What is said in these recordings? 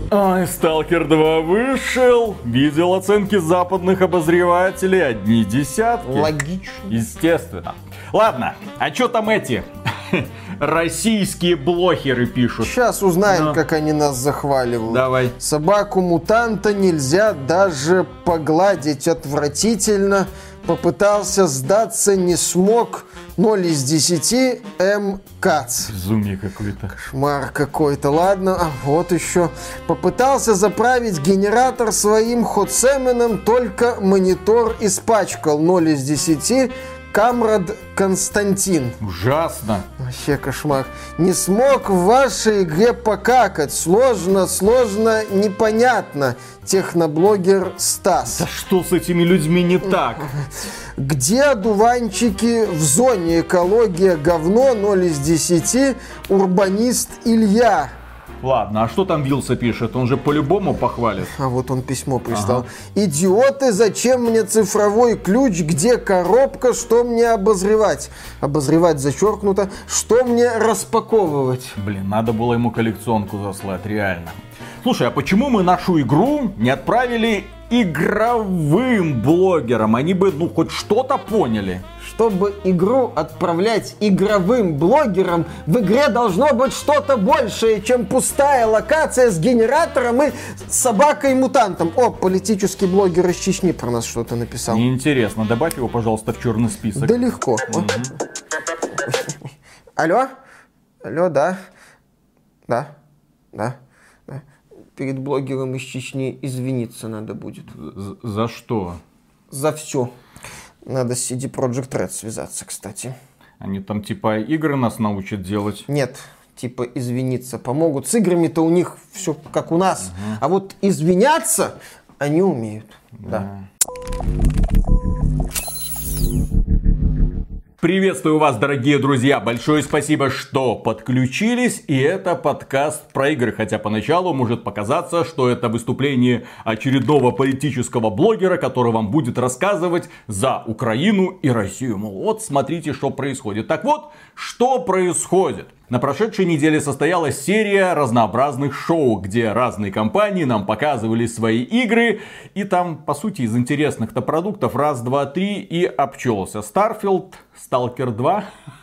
Ай, Сталкер 2 вышел. Видел оценки западных обозревателей. Одни десятки. Логично. Естественно. Ладно, а чё там эти российские блогеры пишут? Сейчас узнаем, как они нас захваливают. Давай. Собаку-мутанта нельзя даже погладить, отвратительно. Попытался сдаться, не смог. 0 из 10 МКАЦ. Безумие какое-то. Кошмар какой-то. Ладно, а вот еще. Попытался заправить генератор своим хотсеменом, только монитор испачкал. 0 из 10. Камрад Константин. Ужасно. Вообще кошмар. Не смог в вашей игре покакать. Сложно, непонятно. Техноблогер Стас. Да что с этими людьми не так? Где одуванчики в зоне? Экология говно. 0 из 10. Урбанист Илья. Ладно, а что там Вилса пишет? Он же по-любому похвалит. А вот он письмо прислал. Идиоты, зачем мне цифровой ключ? Где коробка? Что мне обозревать? Обозревать зачеркнуто. Что мне распаковывать? Блин, надо было ему коллекционку заслать, реально. Слушай, а почему мы нашу игру не отправили игровым блогерам? Они бы, хоть что-то поняли. Чтобы игру отправлять игровым блогерам, в игре должно быть что-то большее, чем пустая локация с генератором и собакой-мутантом. О, политический блогер из Чечни про нас что-то написал. Неинтересно. Добавь его, пожалуйста, в черный список. Да легко. Алло? Алло, да? Да? Перед блогером из Чечни извиниться надо будет. За что? За все. Надо с CD Projekt Red связаться, кстати. Они там типа игры нас научат делать? Нет, типа извиниться помогут. С играми-то у них все как у нас. А вот извиняться они умеют. Да. Приветствую вас, дорогие друзья! Большое спасибо, что подключились. И это подкаст про игры. Хотя поначалу может показаться, что это выступление очередного политического блогера, который вам будет рассказывать за Украину и Россию. Мол, вот смотрите, что происходит. Так вот, что происходит? На прошедшей неделе состоялась серия разнообразных шоу, где разные компании нам показывали свои игры. И там, по сути, из интересных-то продуктов раз, два, три и обчелся. Starfield, Stalker 2.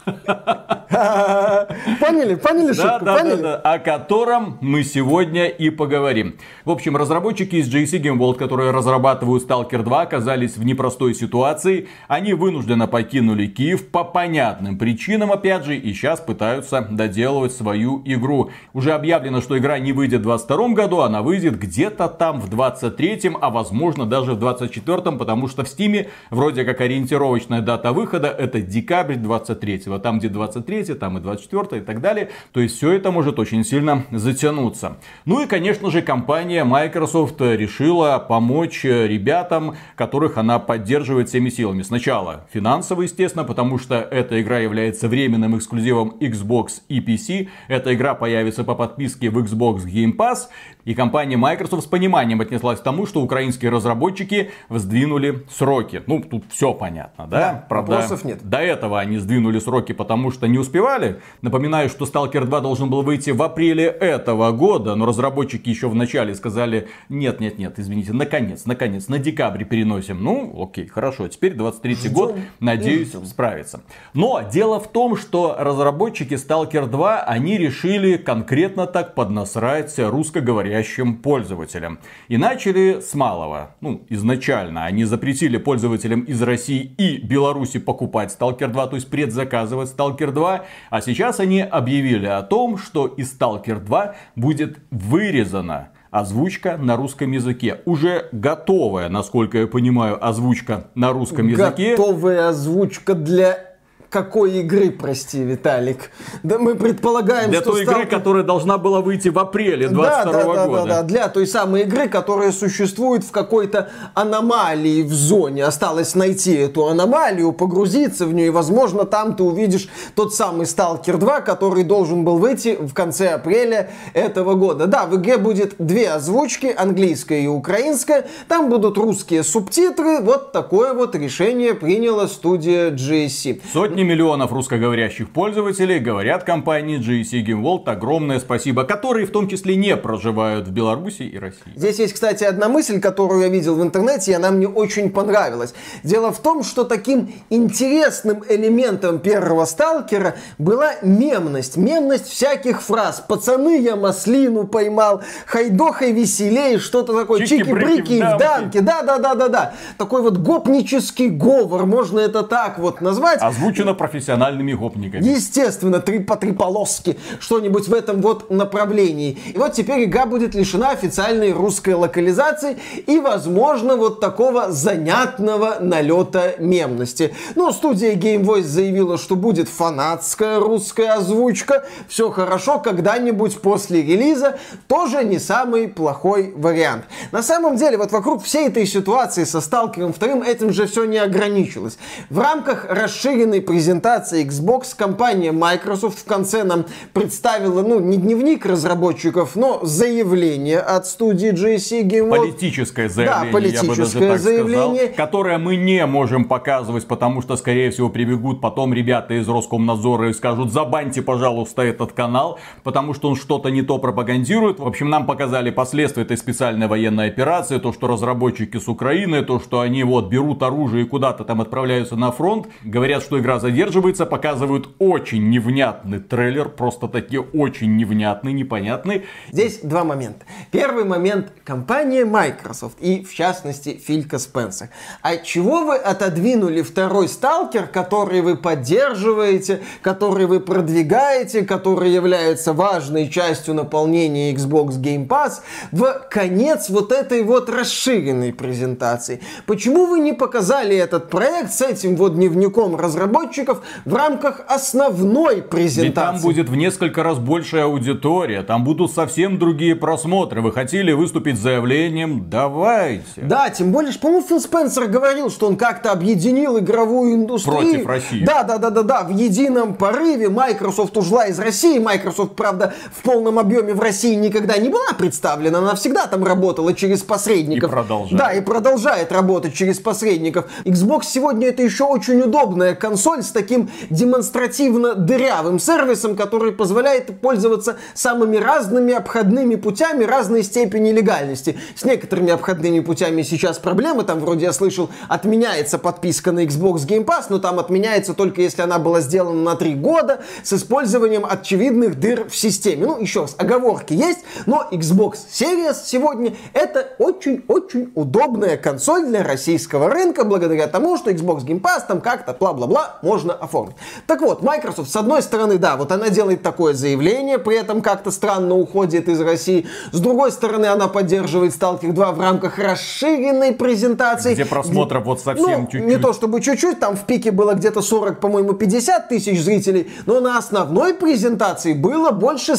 Поняли шутку? Да, о котором мы сегодня и поговорим. В общем, разработчики из GSC Game World, которые разрабатывают Stalker 2, оказались в непростой ситуации. Они вынужденно покинули Киев по понятным причинам, опять же, и сейчас пытаются доделывать свою игру. Уже объявлено, что игра не выйдет в 2022 году, она выйдет где-то там в 2023, а возможно даже в 2024, потому что в Steam вроде как ориентировочная дата выхода это декабрь 2023. Там где 23, там и 24 и так далее. То есть все это может очень сильно затянуться. Ну и конечно же компания Microsoft решила помочь ребятам, которых она поддерживает всеми силами. Сначала финансово, естественно, потому что эта игра является временным эксклюзивом Xbox и PC. Эта игра появится по подписке в Xbox Game Pass. И компания Microsoft с пониманием отнеслась к тому, что украинские разработчики сдвинули сроки. Тут все понятно, да? Правда, вопросов нет. До этого они сдвинули сроки, потому что не успевали. Напоминаю, что Stalker 2 должен был выйти в апреле этого года, но разработчики еще в начале сказали, нет, извините, наконец, на декабрь переносим. Окей, хорошо, теперь 23 год, надеюсь, справится. Но дело в том, что разработчики Stalker 2, они решили конкретно так поднасрать русскоговорящим пользователям. И начали с малого. Изначально они запретили пользователям из России и Беларуси покупать Stalker 2, то есть предзаказывать Stalker 2. А сейчас они объявили о том, что из Stalker 2 будет вырезана озвучка на русском языке. Уже готовая, насколько я понимаю, озвучка на русском языке. Готовая озвучка для какой игры, прости, Виталик? Да мы предполагаем, для что той игры, которая должна была выйти в апреле 2022 года. Да, для той самой игры, которая существует в какой-то аномалии в зоне. Осталось найти эту аномалию, погрузиться в нее, и, возможно, там ты увидишь тот самый Stalker 2, который должен был выйти в конце апреля этого года. Да, в игре будет две озвучки, английская и украинская. Там будут русские субтитры. Вот такое вот решение приняла студия GSC. Сотни сотни миллионов русскоговорящих пользователей говорят компании GSC Game World огромное спасибо, которые в том числе не проживают в Беларуси и России. Здесь есть, кстати, одна мысль, которую я видел в интернете, и она мне очень понравилась. Дело в том, что таким интересным элементом первого Сталкера была мемность. Мемность всяких фраз. Пацаны, я маслину поймал, хайдохай веселей, что-то такое. Чики-брики в дамке. Да. Такой вот гопнический говор, можно это так вот назвать. Озвучено профессиональными гопниками. Естественно, по три полоски, что-нибудь в этом вот направлении. И вот теперь игра будет лишена официальной русской локализации и, возможно, вот такого занятного налета мемности. Но студия Game Voice заявила, что будет фанатская русская озвучка. Все хорошо, когда-нибудь после релиза тоже не самый плохой вариант. На самом деле, вот вокруг всей этой ситуации со Сталкером 2 этим же все не ограничилось. В рамках расширенной презентации Xbox компания Microsoft в конце нам представила, не дневник разработчиков, но заявление от студии GSC Game World. Политическое заявление, да, политическое я бы даже так заявление. сказал, которое мы не можем показывать, потому что, скорее всего, прибегут потом ребята из Роскомнадзора и скажут: забаньте, пожалуйста, этот канал, потому что он что-то не то пропагандирует. В общем, нам показали последствия этой специальной военной операции, то, что разработчики с Украины, то, что они вот берут оружие и куда-то там отправляются на фронт, говорят, что игра задерживается, показывают очень невнятный трейлер, просто такие очень невнятный, непонятный. Здесь два момента. Первый момент — компания Microsoft и, в частности, Филька Спенсер. А чего вы отодвинули второй Сталкер, который вы поддерживаете, который вы продвигаете, который является важной частью наполнения Xbox Game Pass, в конец вот этой вот расширенной презентации? Почему вы не показали этот проект с этим вот дневником разработчиков в рамках основной презентации? Ведь там будет в несколько раз большая аудитория, там будут совсем другие просмотры. Вы хотели выступить с заявлением? Давайте. Да, тем более, по-моему, Фил Спенсер говорил, что он как-то объединил игровую индустрию. Против России. Да, в едином порыве. Microsoft ушла из России. Microsoft, правда, в полном объеме в России никогда не была представлена. Она всегда там работала через посредников. И продолжает. Да, и продолжает работать через посредников. Xbox сегодня это еще очень удобная консоль с таким демонстративно дырявым сервисом, который позволяет пользоваться самыми разными обходными путями разной степени легальности. С некоторыми обходными путями сейчас проблемы. Там, вроде я слышал, отменяется подписка на Xbox Game Pass, но там отменяется только если она была сделана на 3 года с использованием очевидных дыр в системе. Еще раз, оговорки есть, но Xbox Series сегодня это очень-очень удобная консоль для российского рынка, благодаря тому, что Xbox Game Pass там как-то бла-бла-бла можно оформить. Так вот, Microsoft, с одной стороны, да, вот она делает такое заявление, при этом как-то странно уходит из России. С другой стороны, она поддерживает Stalker 2 в рамках расширенной презентации. Где просмотров вот совсем чуть-чуть. Не то чтобы чуть-чуть, там в пике было где-то 40, по-моему, 50 тысяч зрителей, но на основной презентации было больше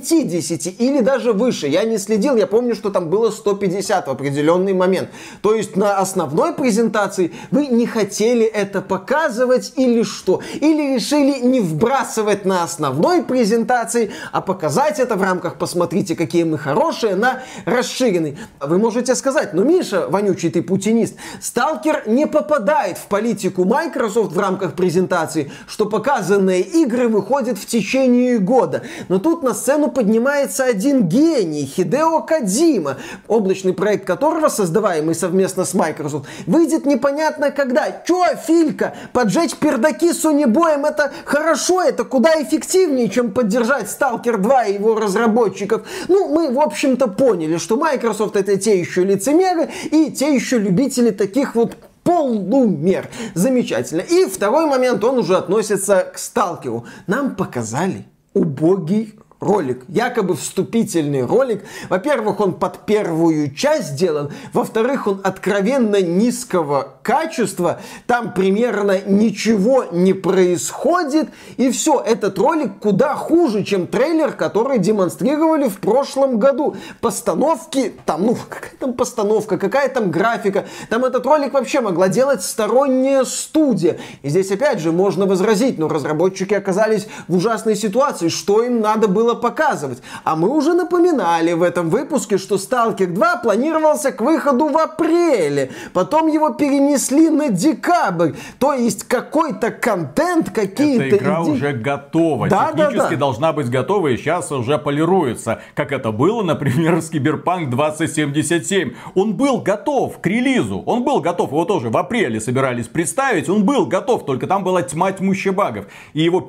150 или даже выше. Я не следил, я помню, что там было 150 в определенный момент. То есть на основной презентации вы не хотели это показывать или что? Или решили не вбрасывать на основной презентации, а показать это в рамках «посмотрите, какие мы хорошие» на расширенной. Вы можете сказать: Миша, вонючий ты путинист, Сталкер не попадает в политику Microsoft в рамках презентации, что показанные игры выходят в течение года. Но тут на сцену поднимается один гений, Хидео Кодзима, облачный проект которого, создаваемый совместно с Microsoft, выйдет непонятно когда. Чё, Филька, поджечь пердаки Сонибоем — это хорошо, это куда эффективнее, чем поддержать Stalker 2 и его разработчиков. Мы, в общем-то, поняли, что Microsoft — это те еще лицемеры и те еще любители таких вот полумер. Замечательно. И второй момент, он уже относится к Сталкеру. Нам показали убогий ролик, якобы вступительный ролик. Во-первых, он под первую часть сделан. Во-вторых, он откровенно низкого качества. Там примерно ничего не происходит. И все, этот ролик куда хуже, чем трейлер, который демонстрировали в прошлом году. Постановки, там, какая там постановка, какая там графика. Там этот ролик вообще могла делать сторонняя студия. И здесь опять же можно возразить, но разработчики оказались в ужасной ситуации. Что им надо было было показывать. А мы уже напоминали в этом выпуске, что Сталкер 2 планировался к выходу в апреле. Потом его перенесли на декабрь. То есть какой-то контент, какие-то... Эта игра уже готова. Да, Технически должна быть готова и сейчас уже полируется. Как это было, например, с Cyberpunk 2077. Он был готов к релизу. Он был готов. Его тоже в апреле собирались представить. Он был готов, только там была тьма тьмущая багов. И его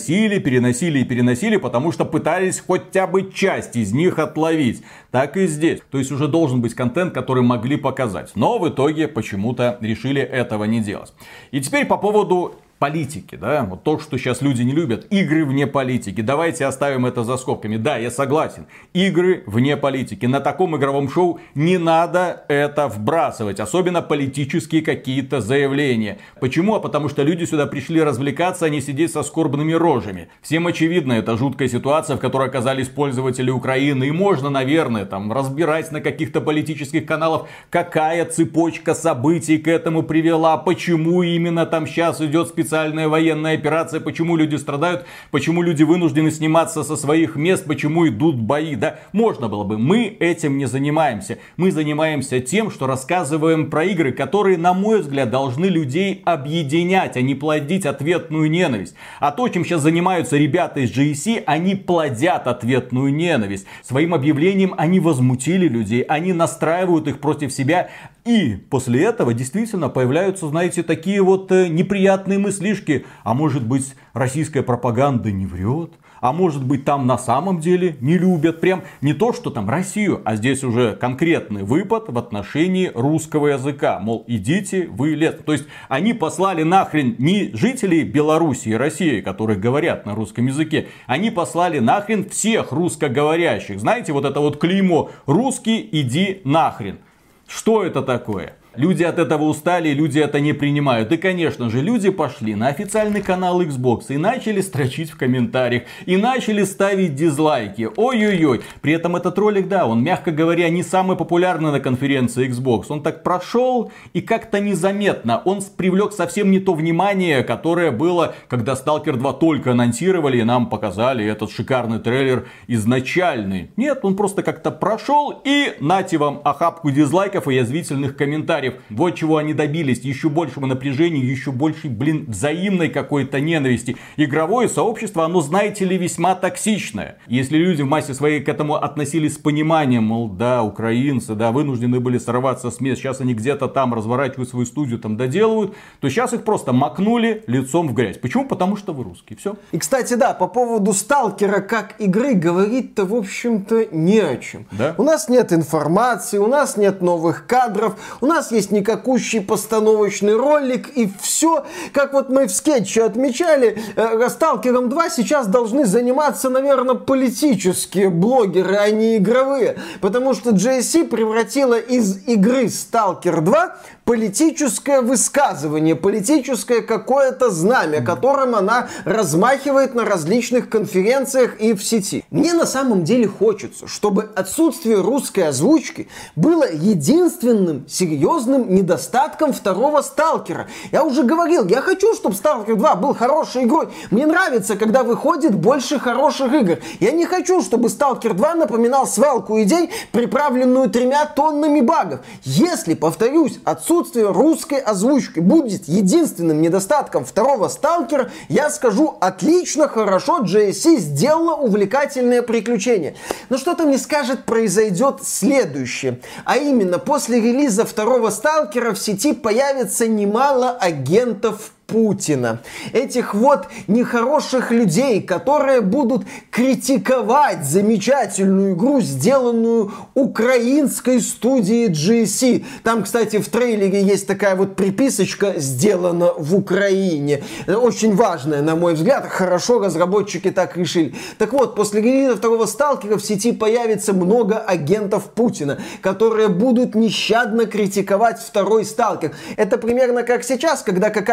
переносили, потому что пытались хотя бы часть из них отловить. Так и здесь. То есть уже должен быть контент, который могли показать. Но в итоге почему-то решили этого не делать. И теперь по поводу политики, да, вот то, что сейчас люди не любят, игры вне политики. Давайте оставим это за скобками. Да, я согласен. Игры вне политики. На таком игровом шоу не надо это вбрасывать. Особенно политические какие-то заявления. Почему? А потому что люди сюда пришли развлекаться, а не сидеть со скорбными рожами. Всем очевидно, это жуткая ситуация, в которой оказались пользователи Украины. И можно, наверное, там разбирать на каких-то политических каналах, какая цепочка событий к этому привела, почему именно там сейчас идет специальная военная операция, почему люди страдают, почему люди вынуждены сниматься со своих мест, почему идут бои. Да, можно было бы. Мы этим не занимаемся. Мы занимаемся тем, что рассказываем про игры, которые, на мой взгляд, должны людей объединять, а не плодить ответную ненависть. А то, чем сейчас занимаются ребята из GSC, они плодят ответную ненависть. Своим объявлением они возмутили людей, они настраивают их против себя. И после этого действительно появляются, знаете, такие вот неприятные мыслишки. А может быть, российская пропаганда не врет? А может быть, там на самом деле не любят прям не то, что там Россию, а здесь уже конкретный выпад в отношении русского языка. Мол, идите вы лес. То есть они послали нахрен не жителей Беларуси и России, которые говорят на русском языке. Они послали нахрен всех русскоговорящих. Знаете, вот это вот клеймо «русский, иди нахрен». Что это такое? Люди от этого устали, люди это не принимают. И, конечно же, люди пошли на официальный канал Xbox и начали строчить в комментариях. И начали ставить дизлайки. Ой-ой-ой. При этом этот ролик, да, он, мягко говоря, не самый популярный на конференции Xbox. Он так прошел и как-то незаметно. Он привлек совсем не то внимание, которое было, когда Stalker 2 только анонсировали и нам показали этот шикарный трейлер изначальный. Нет, он просто как-то прошел и нате вам охапку дизлайков и язвительных комментариев. Вот чего они добились. Еще большего напряжения, еще больше, взаимной какой-то ненависти. Игровое сообщество, оно, знаете ли, весьма токсичное. Если люди в массе своей к этому относились с пониманием, мол, да, украинцы, да, вынуждены были сорваться с мест, сейчас они где-то там разворачивают свою студию, там доделывают, то сейчас их просто макнули лицом в грязь. Почему? Потому что вы русские. Все. И, кстати, да, по поводу Сталкера как игры говорить-то, в общем-то, не о чем. Да? У нас нет информации, у нас нет новых кадров, у нас есть никакущий постановочный ролик, и все. Как вот мы в скетче отмечали, Сталкером 2 сейчас должны заниматься, наверное, политические блогеры, а не игровые. Потому что GSC превратила из игры Сталкер 2 политическое высказывание, политическое какое-то знамя, которым она размахивает на различных конференциях и в сети. Мне на самом деле хочется, чтобы отсутствие русской озвучки было единственным серьезным недостатком второго Сталкера. Я уже говорил, я хочу, чтобы Сталкер 2 был хорошей игрой. Мне нравится, когда выходит больше хороших игр. Я не хочу, чтобы Сталкер 2 напоминал свалку идей, приправленную 3 тоннами багов. Если, повторюсь, отсутствие русской озвучки будет единственным недостатком второго Сталкера, я скажу: отлично, хорошо, GSC сделала увлекательное приключение. Но что-то мне скажет, произойдет следующее. А именно, после релиза второго Сталкера в сети появится немало агентов Путина. Этих вот нехороших людей, которые будут критиковать замечательную игру, сделанную украинской студией GSC. Там, кстати, в трейлере есть такая вот приписочка «Сделано в Украине». Очень важная, на мой взгляд. Хорошо разработчики так решили. Так вот, после релиза второго Сталкера в сети появится много агентов Путина, которые будут нещадно критиковать второй Сталкер. Это примерно как сейчас, когда какая-нибудь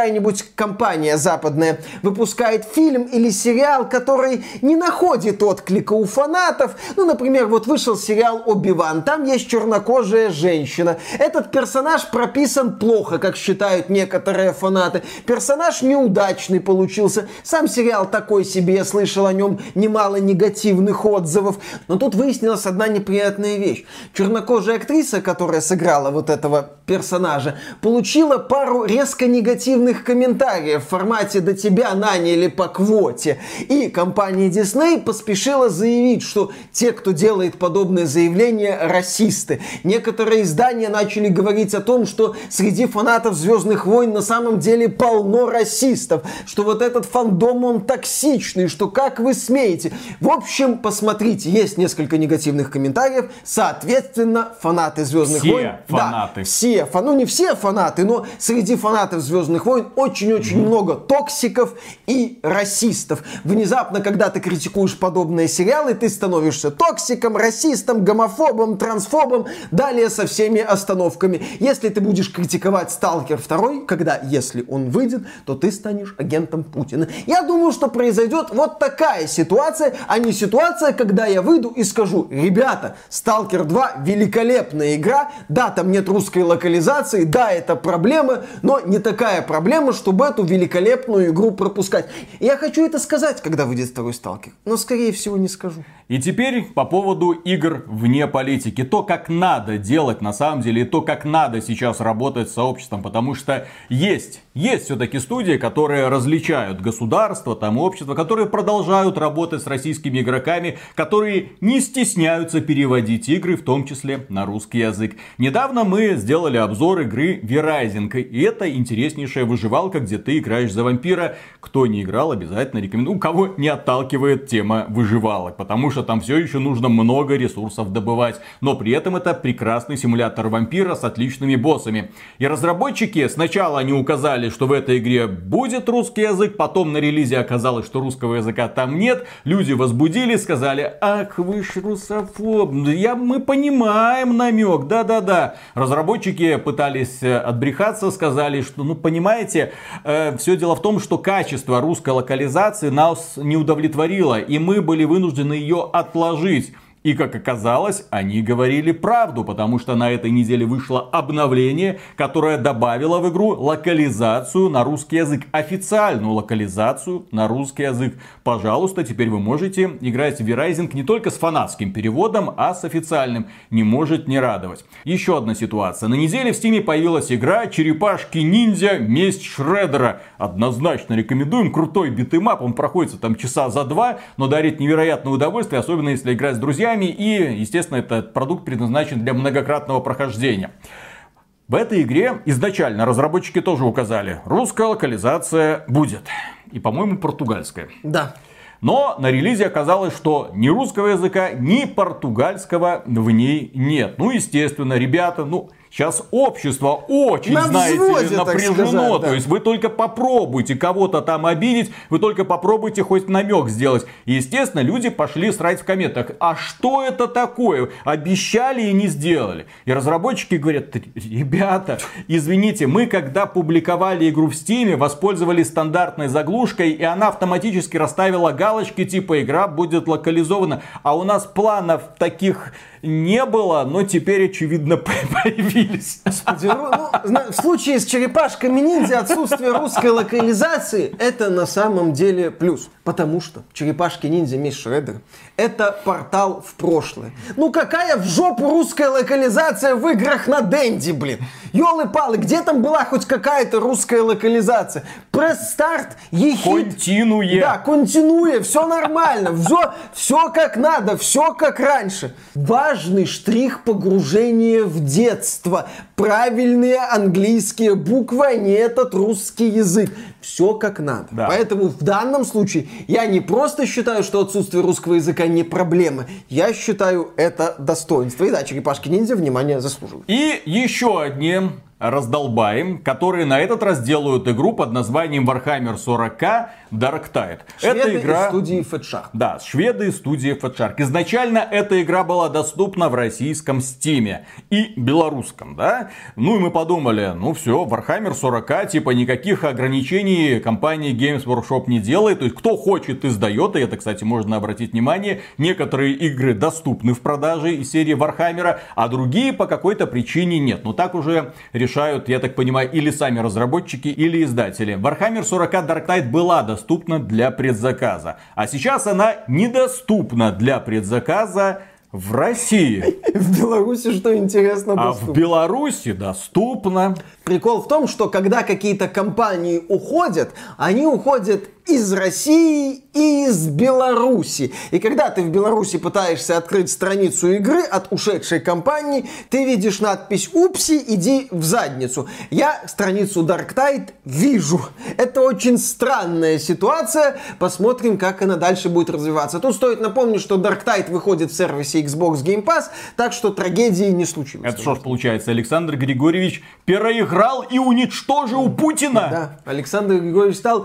какая-нибудь компания западная выпускает фильм или сериал, который не находит отклика у фанатов. Ну, например, вот вышел сериал «Оби-Ван», там есть чернокожая женщина. Этот персонаж прописан плохо, как считают некоторые фанаты. Персонаж неудачный получился. Сам сериал такой себе, я слышал о нем немало негативных отзывов. Но тут выяснилась одна неприятная вещь. Чернокожая актриса, которая сыграла вот этого персонажа, получила пару резко негативных комментариев в формате «до тебя наняли по квоте». И компания Disney поспешила заявить, что те, кто делает подобные заявления, расисты. Некоторые издания начали говорить о том, что среди фанатов «Звездных войн» на самом деле полно расистов, что вот этот фандом, он токсичный, что как вы смеете. В общем, посмотрите, есть несколько негативных комментариев, соответственно, фанаты «Звездных войн». Фанаты. Да, все, ну не все фанаты, но среди фанатов «Звездных войн» очень-очень много токсиков и расистов. Внезапно, когда ты критикуешь подобные сериалы, ты становишься токсиком, расистом, гомофобом, трансфобом, далее со всеми остановками. Если ты будешь критиковать «Сталкер 2», если он выйдет, то ты станешь агентом Путина. Я думаю, что произойдет вот такая ситуация, а не ситуация, когда я выйду и скажу: ребята, «Сталкер 2» великолепная игра, да, там нет русской локализации, да, это проблема, но не такая проблема, чтобы эту великолепную игру пропускать. Я хочу это сказать, когда выйдет второй «Сталкер», но, скорее всего, не скажу. И теперь по поводу игр вне политики. То, как надо делать на самом деле, и то, как надо сейчас работать с сообществом. Потому что есть все-таки студии, которые различают государство, там общество, которые продолжают работать с российскими игроками, которые не стесняются переводить игры, в том числе на русский язык. Недавно мы сделали обзор игры V-Rising. И это интереснейшая выживалка, где ты играешь за вампира. Кто не играл, обязательно рекомендую. У кого не отталкивает тема выживалок. Потому что там все еще нужно много ресурсов добывать. Но при этом это прекрасный симулятор вампира с отличными боссами. И разработчики сначала они указали, что в этой игре будет русский язык. Потом на релизе оказалось, что русского языка там нет. Люди возбудились, сказали: ах, вы ж русофоб. Мы понимаем намек. Да-да-да. Разработчики пытались отбрехаться, сказали, что, понимаете, все дело в том, что качество русской локализации нас не удовлетворило. И мы были вынуждены ее отложить. И, как оказалось, они говорили правду, потому что на этой неделе вышло обновление, которое добавило в игру локализацию на русский язык. Официальную локализацию на русский язык. Пожалуйста, теперь вы можете играть в V-Rising не только с фанатским переводом, а с официальным. Не может не радовать. Еще одна ситуация. На неделе в Стиме появилась игра «Черепашки-ниндзя. Месть Шреддера». Однозначно рекомендуем. Крутой битэмап. Он проходится там часа за 2, но дарит невероятное удовольствие, особенно если играть с друзьями. И, естественно, этот продукт предназначен для многократного прохождения. В этой игре изначально разработчики тоже указали: русская локализация будет. И, по-моему, португальская. Да. Но на релизе оказалось, что ни русского языка, ни португальского в ней нет. Естественно, ребята, сейчас общество очень, взводе, напряжено. Да. То есть вы только попробуйте кого-то там обидеть, вы только попробуйте хоть намек сделать. И, естественно, люди пошли срать в комментах: а что это такое? Обещали и не сделали. И разработчики говорят: ребята, извините, мы когда публиковали игру в Стиме, воспользовались стандартной заглушкой, и она автоматически расставила галочки типа «игра будет локализована». А у нас планов таких не было, но теперь, очевидно, появились. Господи, в случае с черепашками-ниндзя отсутствие русской локализации — это на самом деле плюс. Потому что черепашки-ниндзя Месть Шреддера — это портал в прошлое. Какая в жопу русская локализация в играх на Денди, блин? Ёлы-палы, где там была хоть какая-то русская локализация? Пресс-старт, ехид. Континуе. Да, континуе, все нормально, все как надо, все как раньше. Важный штрих погружения в детство. Правильные английские буквы, а не этот русский язык. Все как надо. Да. Поэтому в данном случае я не просто считаю, что отсутствие русского языка не проблема. Я считаю это достоинство. И да, черепашки-ниндзя внимание заслуживают. И еще одни раздолбаем, которые на этот раз делают игру под названием Warhammer 40k Dark Tide. Шведы из студии Fatshark. Да, шведы из студии Fatshark. Изначально эта игра была доступна в российском Стиме и белорусском, да? Ну и мы подумали, ну все, Warhammer 40k, типа никаких ограничений компания Games Workshop не делает. То есть кто хочет, издает. И это, кстати, можно обратить внимание. Некоторые игры доступны в продаже из серии Warhammer, а другие по какой-то причине нет. Но так уже решают, я так понимаю, или сами разработчики, или издатели. Warhammer 40k Dark Tide была доступна для предзаказа. А сейчас она недоступна для предзаказа в России. В Беларуси, что интересно, доступно. А в Беларуси доступно. Прикол в том, что когда какие-то компании уходят, они уходят из России и из Беларуси. И когда ты в Беларуси пытаешься открыть страницу игры от ушедшей компании, ты видишь надпись «Упси, иди в задницу». Я страницу Dark Tide вижу. Это очень странная ситуация. Посмотрим, как она дальше будет развиваться. Тут стоит напомнить, что Dark Tide выходит в сервисе Xbox Game Pass, так что трагедии не случилось. Это что ж получается, Александр Григорьевич переиграл и уничтожил Путина? Да, Александр Григорьевич стал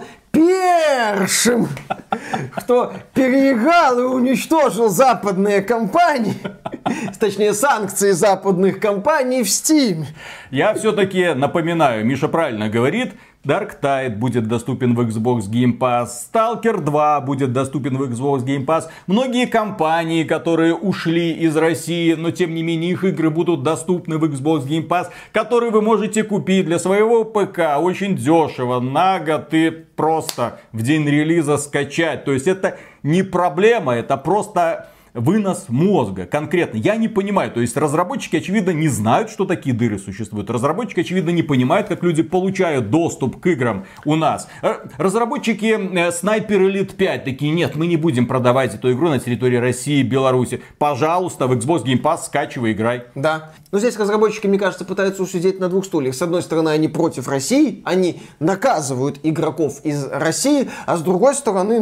первым, кто переиграл и уничтожил западные компании, точнее санкции западных компаний в Steam. Я все-таки напоминаю, Миша правильно говорит, Dark Tide будет доступен в Xbox Game Pass, Stalker 2 будет доступен в Xbox Game Pass. Многие компании, которые ушли из России, но тем не менее их игры будут доступны в Xbox Game Pass, которые вы можете купить для своего ПК очень дешево, на год и просто в день релиза скачать. То есть это не проблема, это просто вынос мозга. Конкретно. Я не понимаю. То есть разработчики, очевидно, не знают, что такие дыры существуют. Разработчики, очевидно, не понимают, как люди получают доступ к играм у нас. Разработчики Sniper Elite 5 такие: нет, мы не будем продавать эту игру на территории России и Беларуси. Пожалуйста, в Xbox Game Pass скачивай, играй. Да. Но здесь разработчики, мне кажется, пытаются усидеть на двух стульях. С одной стороны, они против России, они наказывают игроков из России, а с другой стороны,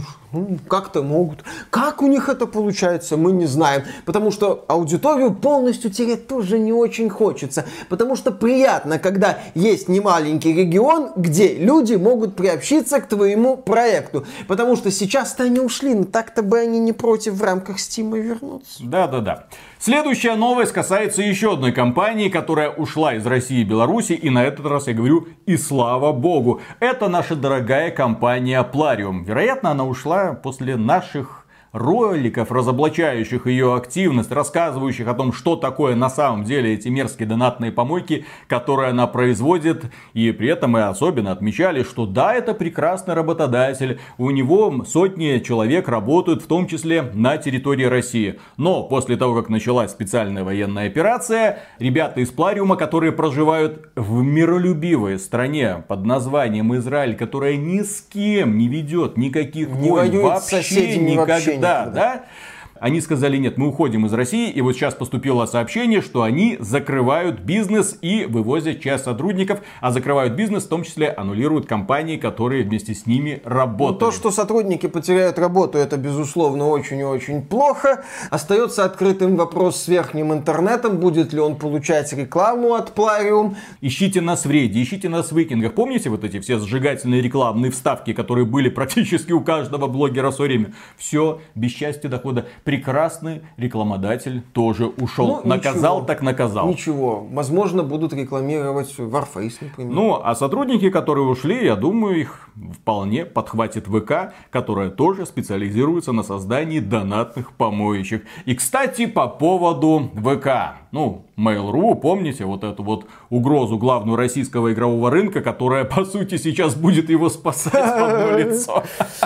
как-то могут. Как у них это получается, мы не знаем. Потому что аудиторию полностью терять тоже не очень хочется. Потому что приятно, когда есть немаленький регион, где люди могут приобщиться к твоему проекту. Потому что сейчас-то они ушли, но так-то бы они не против в рамках Steam вернуться. Да. Следующая новость касается еще одной компании, которая ушла из России и Беларуси. И на этот раз я говорю, и слава богу. Это наша дорогая компания Plarium. Вероятно, она ушла после наших роликов, разоблачающих ее активность, рассказывающих о том, что такое на самом деле эти мерзкие донатные помойки, которые она производит. И при этом мы особенно отмечали, что да, это прекрасный работодатель. У него сотни человек работают, в том числе на территории России. Но после того, как началась специальная военная операция, ребята из Плариума, которые проживают в миролюбивой стране под названием Израиль, которая ни с кем не ведет никаких войн, вообще никогда. Да. Они сказали: нет, мы уходим из России. И вот сейчас поступило сообщение, что они закрывают бизнес и вывозят часть сотрудников. А закрывают бизнес, в том числе аннулируют компании, которые вместе с ними работали. То, что сотрудники потеряют работу, это безусловно очень и очень плохо. Остается открытым вопрос с верхним интернетом. Будет ли он получать рекламу от Plarium? Ищите нас в рейде, ищите нас в викингах. Помните вот эти все сжигательные рекламные вставки, которые были практически у каждого блогера в свое время? Все, без части дохода. Прекрасный рекламодатель тоже ушел. Наказал, ничего, так наказал. Ничего. Возможно, будут рекламировать Warface, например. Ну, а сотрудники, которые ушли, я думаю, их вполне подхватит ВК, которая тоже специализируется на создании донатных помоечек. И, кстати, по поводу ВК. Mail.ru, помните вот эту вот угрозу главную российского игрового рынка, которая, по сути, сейчас будет его спасать в одно лицо.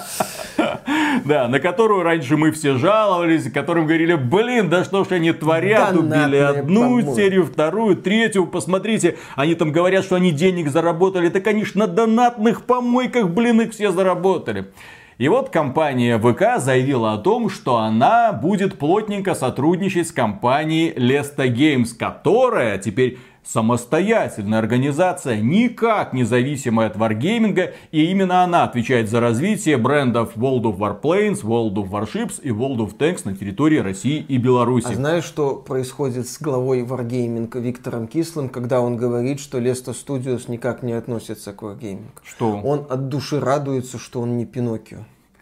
Да, на которую раньше мы все жаловались, которым говорили: блин, да что ж они творят, убили одну серию, вторую, третью, посмотрите, они там говорят, что они денег заработали, так они ж на донатных помойках, блин, их все заработали. И вот компания ВК заявила о том, что она будет плотненько сотрудничать с компанией Lesta Games, которая теперь самостоятельная организация, никак не зависимая от Wargaming, и именно она отвечает за развитие брендов World of Warplanes, World of Warships и World of Tanks на территории России и Беларуси. А знаешь, что происходит с главой Wargaming Виктором Кислым, когда он говорит, что Lesto Studios никак не относится к Wargaming? Что? Он от души радуется, что он не Пиноккио.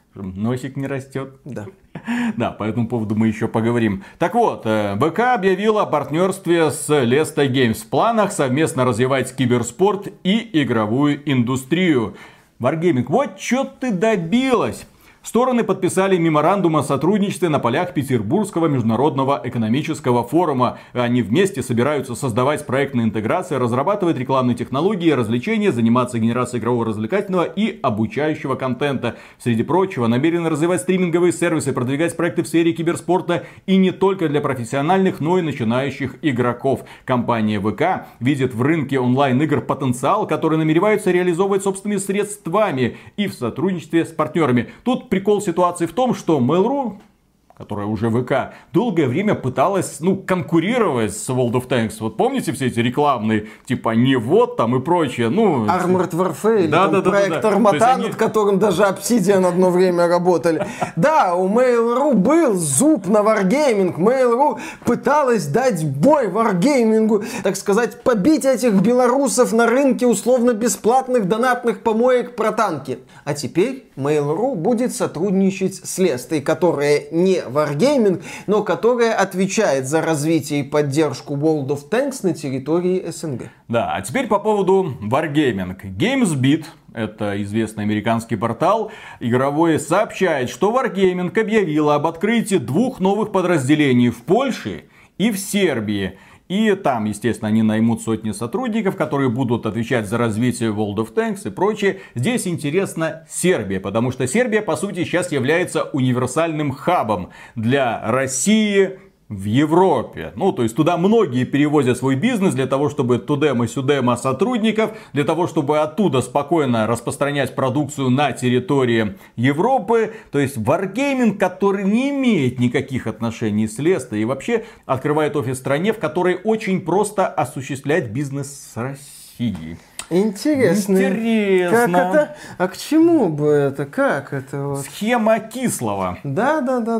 Носик не растет. Да. Да, по этому поводу мы еще поговорим. Так вот, ВК объявила о партнерстве с Lesto Games. В планах совместно развивать киберспорт и игровую индустрию. Wargaming, вот что ты добилась. Стороны подписали меморандум о сотрудничестве на полях Петербургского международного экономического форума. Они вместе собираются создавать проектные интеграции, разрабатывать рекламные технологии, развлечения, заниматься генерацией игрового, развлекательного и обучающего контента. Среди прочего, намерены развивать стриминговые сервисы, продвигать проекты в сфере киберспорта и не только для профессиональных, но и начинающих игроков. Компания ВК видит в рынке онлайн-игр потенциал, который намереваются реализовывать собственными средствами и в сотрудничестве с партнерами. Тут прикол ситуации в том, что Mail.ru, которая уже ВК, долгое время пыталась, конкурировать с World of Tanks. Вот помните все эти рекламные, типа не вот там и прочее, Armored Warfare, или проект Армата, над которым даже Obsidian одно время работали. Да, у Mail.ru был зуб на Wargaming. Mail.ru пыталась дать бой Wargaming, так сказать, побить этих белорусов на рынке условно-бесплатных донатных помоек про танки. А теперь Mail.ru будет сотрудничать с Lesto, которая не Wargaming, но которая отвечает за развитие и поддержку World of Tanks на территории СНГ. Да, а теперь по поводу Wargaming. GamesBeat, это известный американский портал игровой, сообщает, что Wargaming объявила об открытии 2 новых подразделений в Польше и в Сербии. И там, естественно, они наймут сотни сотрудников, которые будут отвечать за развитие World of Tanks и прочее. Здесь интересна Сербия, потому что Сербия, по сути, сейчас является универсальным хабом для России в Европе. То есть туда многие перевозят свой бизнес для того, чтобы тудема-сюдема сотрудников, для того, чтобы оттуда спокойно распространять продукцию на территории Европы. То есть Wargaming, который не имеет никаких отношений с Lesto и вообще открывает офис в стране, в которой очень просто осуществлять бизнес с Россией. Интересно. Как это? А к чему бы это? Как это? Вот? Схема Кислого. Да.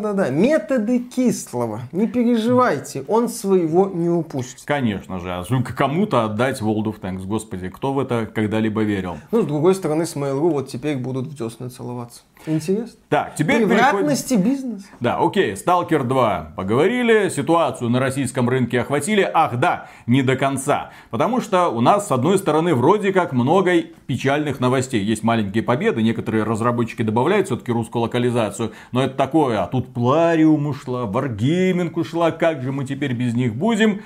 Методы Кислого. Не переживайте, он своего не упустит. Конечно же. Кому-то отдать World of Tanks. Господи, кто в это когда-либо верил? С другой стороны, с Mail.ru вот теперь будут в десны целоваться. Интересно. Так, теперь превратности бизнеса. Да, окей, Stalker 2 поговорили, ситуацию на российском рынке охватили. Ах да, не до конца. Потому что у нас, с одной стороны, вроде как много печальных новостей. Есть маленькие победы, некоторые разработчики добавляют все-таки русскую локализацию. Но это такое, а тут Plarium ушла, Wargaming ушла, как же мы теперь без них будем?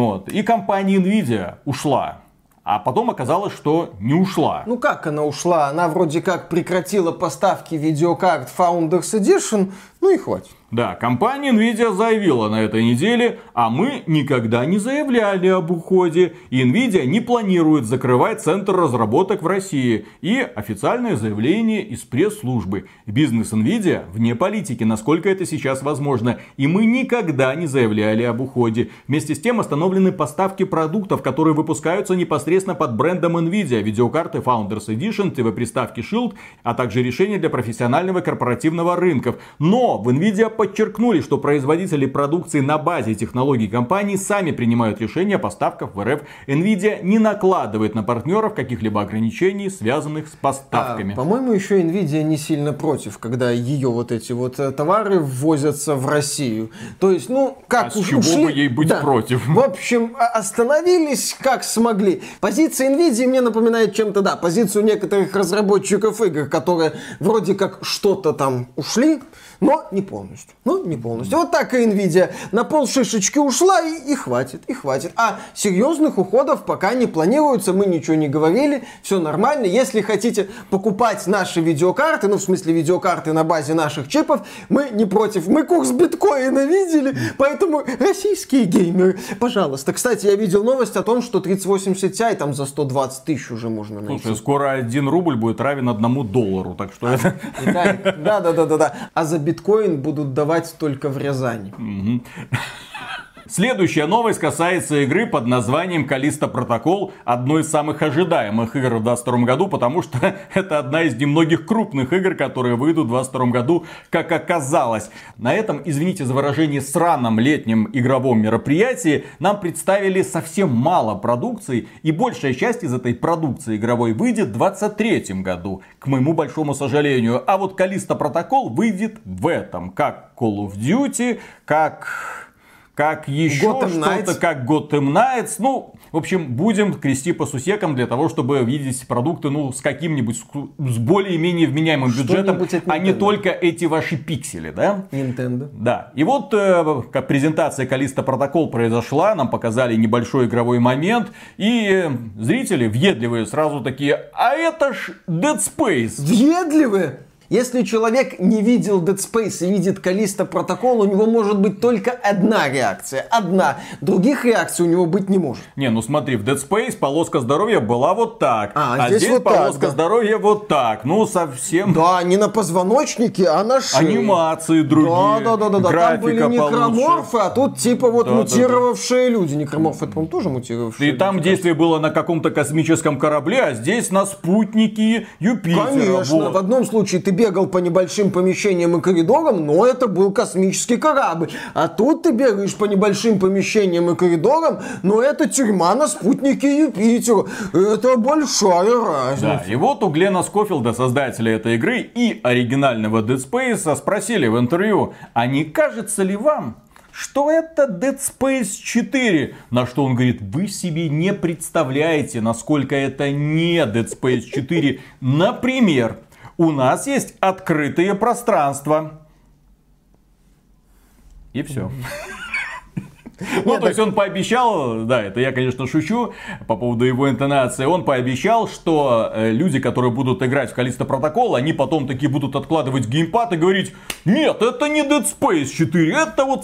И компания Nvidia ушла. А потом оказалось, что не ушла. Как она ушла? Она вроде как прекратила поставки видеокарт Founders Edition, и хватит. Да, компания Nvidia заявила на этой неделе, а мы никогда не заявляли об уходе. И Nvidia не планирует закрывать центр разработок в России. И официальное заявление из пресс-службы. Бизнес Nvidia вне политики, насколько это сейчас возможно. И мы никогда не заявляли об уходе. Вместе с тем остановлены поставки продуктов, которые выпускаются непосредственно под брендом Nvidia. Видеокарты Founders Edition, ТВ-приставки Shield, а также решения для профессионального и корпоративного рынков. Но в Nvidia подчеркнули, что производители продукции на базе технологий компании сами принимают решения о поставках в РФ. Nvidia не накладывает на партнеров каких-либо ограничений, связанных с поставками. По-моему, еще Nvidia не сильно против, когда ее эти товары ввозятся в Россию. То есть, как с чего бы ей быть против? В общем, остановились как смогли. Позиция Nvidia мне напоминает чем-то, позицию некоторых разработчиков игр, которые вроде как что-то там ушли, но не полностью. Вот так и Nvidia на полшишечки ушла и хватит. А серьезных уходов пока не планируется, мы ничего не говорили, все нормально. Если хотите покупать наши видеокарты, в смысле видеокарты на базе наших чипов, мы не против. Мы курс биткоина видели, поэтому российские геймеры, пожалуйста. Кстати, я видел новость о том, что 3080 Ti там за 120 тысяч уже можно найти. Слушай, скоро 1 рубль будет равен $1, так что это... Да. А за биткоин будут давать только в Рязани. Следующая новость касается игры под названием Callisto Protocol, одной из самых ожидаемых игр в 2022 году, потому что это одна из немногих крупных игр, которые выйдут в 2022 году, как оказалось. На этом, извините за выражение, сраном летнем игровом мероприятии нам представили совсем мало продукции, и большая часть из этой продукции игровой выйдет в 2023 году, к моему большому сожалению. А вот Callisto Protocol выйдет в этом, как Call of Duty, как еще что-то, как Gotham Knights. Ну, в общем, будем крести по сусекам для того, чтобы видеть продукты, ну, с каким-нибудь, с более-менее вменяемым бюджетом, а не только эти ваши пиксели, да? Nintendo. Да. И вот, как презентация Callisto Protocol произошла, нам показали небольшой игровой момент, и зрители въедливые сразу такие: а это ж Dead Space. Въедливые? Если человек не видел Dead Space и видит Callisto Protocol, у него может быть только одна реакция. Одна. Других реакций у него быть не может. Не, ну смотри, в Dead Space полоска здоровья была вот так. А здесь вот полоска так, здоровья вот так. Ну, совсем... Да, не на позвоночнике, а на шее. Анимации другие. Да. Там были некроморфы, а тут типа вот мутировавшие люди. Некроморфы, это, по-моему, тоже мутировавшие. И там действие было на каком-то космическом корабле, а здесь на спутнике Юпитера. Конечно, вот. В одном случае ты бегал по небольшим помещениям и коридорам, но это был космический корабль. А тут ты бегаешь по небольшим помещениям и коридорам, но это тюрьма на спутнике Юпитера. Это большая разница. Да, и вот у Глена Скофилда, создателя этой игры и оригинального Dead Space, спросили в интервью: а не кажется ли вам, что это Dead Space 4? На что он говорит: вы себе не представляете, насколько это не Dead Space 4. Например, у нас есть открытые пространства. И все. Ну, то есть он пообещал, да, это я, конечно, шучу по поводу его интонации, он пообещал, что люди, которые будут играть в Callisto Protocol, они потом такие будут откладывать геймпад и говорить: нет, это не Dead Space 4, это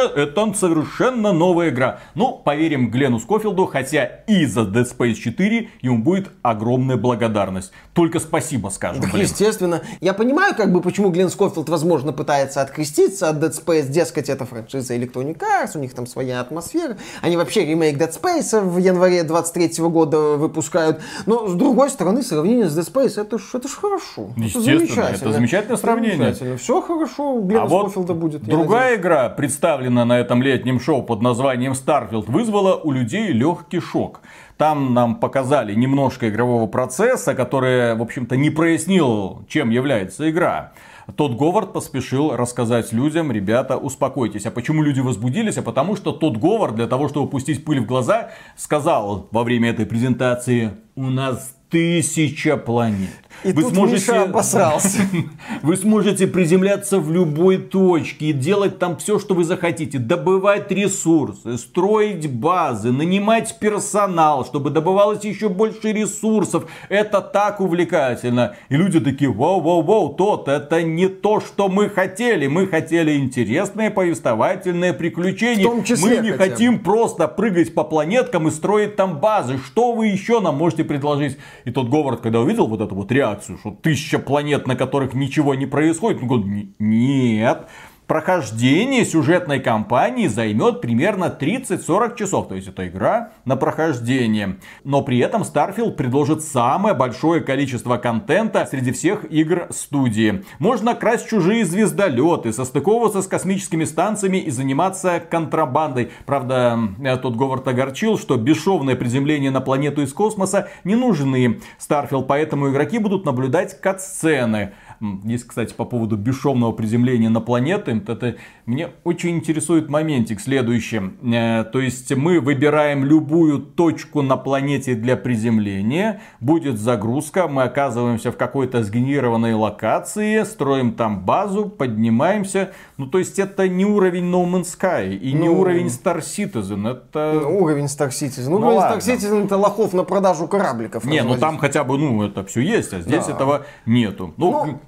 совершенно новая игра. Ну, поверим Глену Скофилду, хотя и за Dead Space 4 ему будет огромная благодарность. Только спасибо скажем, блин. Естественно. Я понимаю, почему Глен Скофилд, возможно, пытается откреститься от Dead Space, дескать, это франшиза Electronic Arts, у них там своя атмосфера. Они вообще ремейк Dead Space в январе 23 года выпускают. Но, с другой стороны, сравнение с Dead Space, это ж хорошо. Естественно, это замечательное сравнение. Все хорошо, у Глена Скофилда вот будет. Другая игра, представленная на этом летнем шоу под названием Starfield, вызвала у людей легкий шок. Там нам показали немножко игрового процесса, который, в общем-то, не прояснил, чем является игра. Тодд Говард поспешил рассказать людям: ребята, успокойтесь. А почему люди возбудились? А потому что Тодд Говард, для того, чтобы пустить пыль в глаза, сказал во время этой презентации: у нас 1000 планет. И тут Миша обосрался. Вы сможете приземляться в любой точке и делать там все, что вы захотите. Добывать ресурсы, строить базы, нанимать персонал, чтобы добывалось еще больше ресурсов. Это так увлекательно. И люди такие: вау, Тодд, это не то, что мы хотели. Мы хотели интересное повествовательное приключение. Мы не хотим просто прыгать по планеткам и строить там базы. Что вы еще нам можете предложить? И Тодд Говард, когда увидел вот эту вот реакцию, что 1000 планет, на которых ничего не происходит, он говорит: нет. Прохождение сюжетной кампании займет примерно 30-40 часов. То есть это игра на прохождение. Но при этом Starfield предложит самое большое количество контента среди всех игр студии. Можно красть чужие звездолеты, состыковываться с космическими станциями и заниматься контрабандой. Правда, Тодд Говард огорчил, что бесшовное приземление на планету из космоса не нужны Starfield, поэтому игроки будут наблюдать кат-сцены. Здесь, кстати, по поводу бесшовного приземления на планеты, это мне очень интересует моментик следующий. То есть мы выбираем любую точку на планете для приземления, будет загрузка, мы оказываемся в какой-то сгенерированной локации, строим там базу, поднимаемся. Ну, то есть это не уровень No Man's Sky и не уровень Star Citizen. Это... Уровень Star Citizen. Уровень Star Citizen — это лохов на продажу корабликов. Не, ну там хотя бы, это все есть, а здесь этого нету.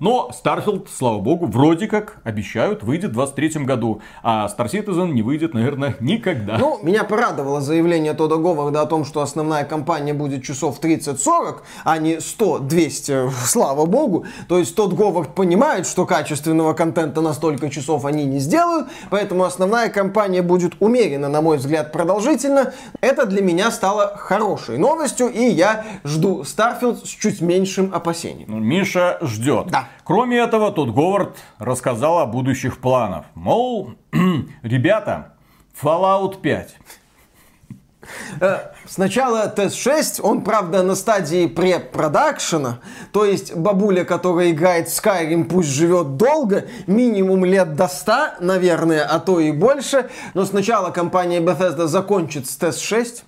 Но Starfield, слава богу, вроде как обещают, выйдет в 2023 году. А Star Citizen не выйдет, наверное, никогда. Ну, меня порадовало заявление Тодда Говарда о том, что основная кампания будет часов 30-40, а не 100-200, слава богу. То есть Тодд Говард понимает, что качественного контента на столько часов они не сделают, поэтому основная кампания будет умеренно, на мой взгляд, продолжительно. Это для меня стало хорошей новостью, и я жду Starfield с чуть меньшим опасением. Миша ждет. Да. Кроме этого, Тодд Говард рассказал о будущих планах. Мол, ребята, Fallout 5. Сначала TS6, он, правда, на стадии препродакшена, то есть бабуля, которая играет в Skyrim, пусть живет долго, минимум лет до 100, наверное, а то и больше, но сначала компания Bethesda закончит с TS6.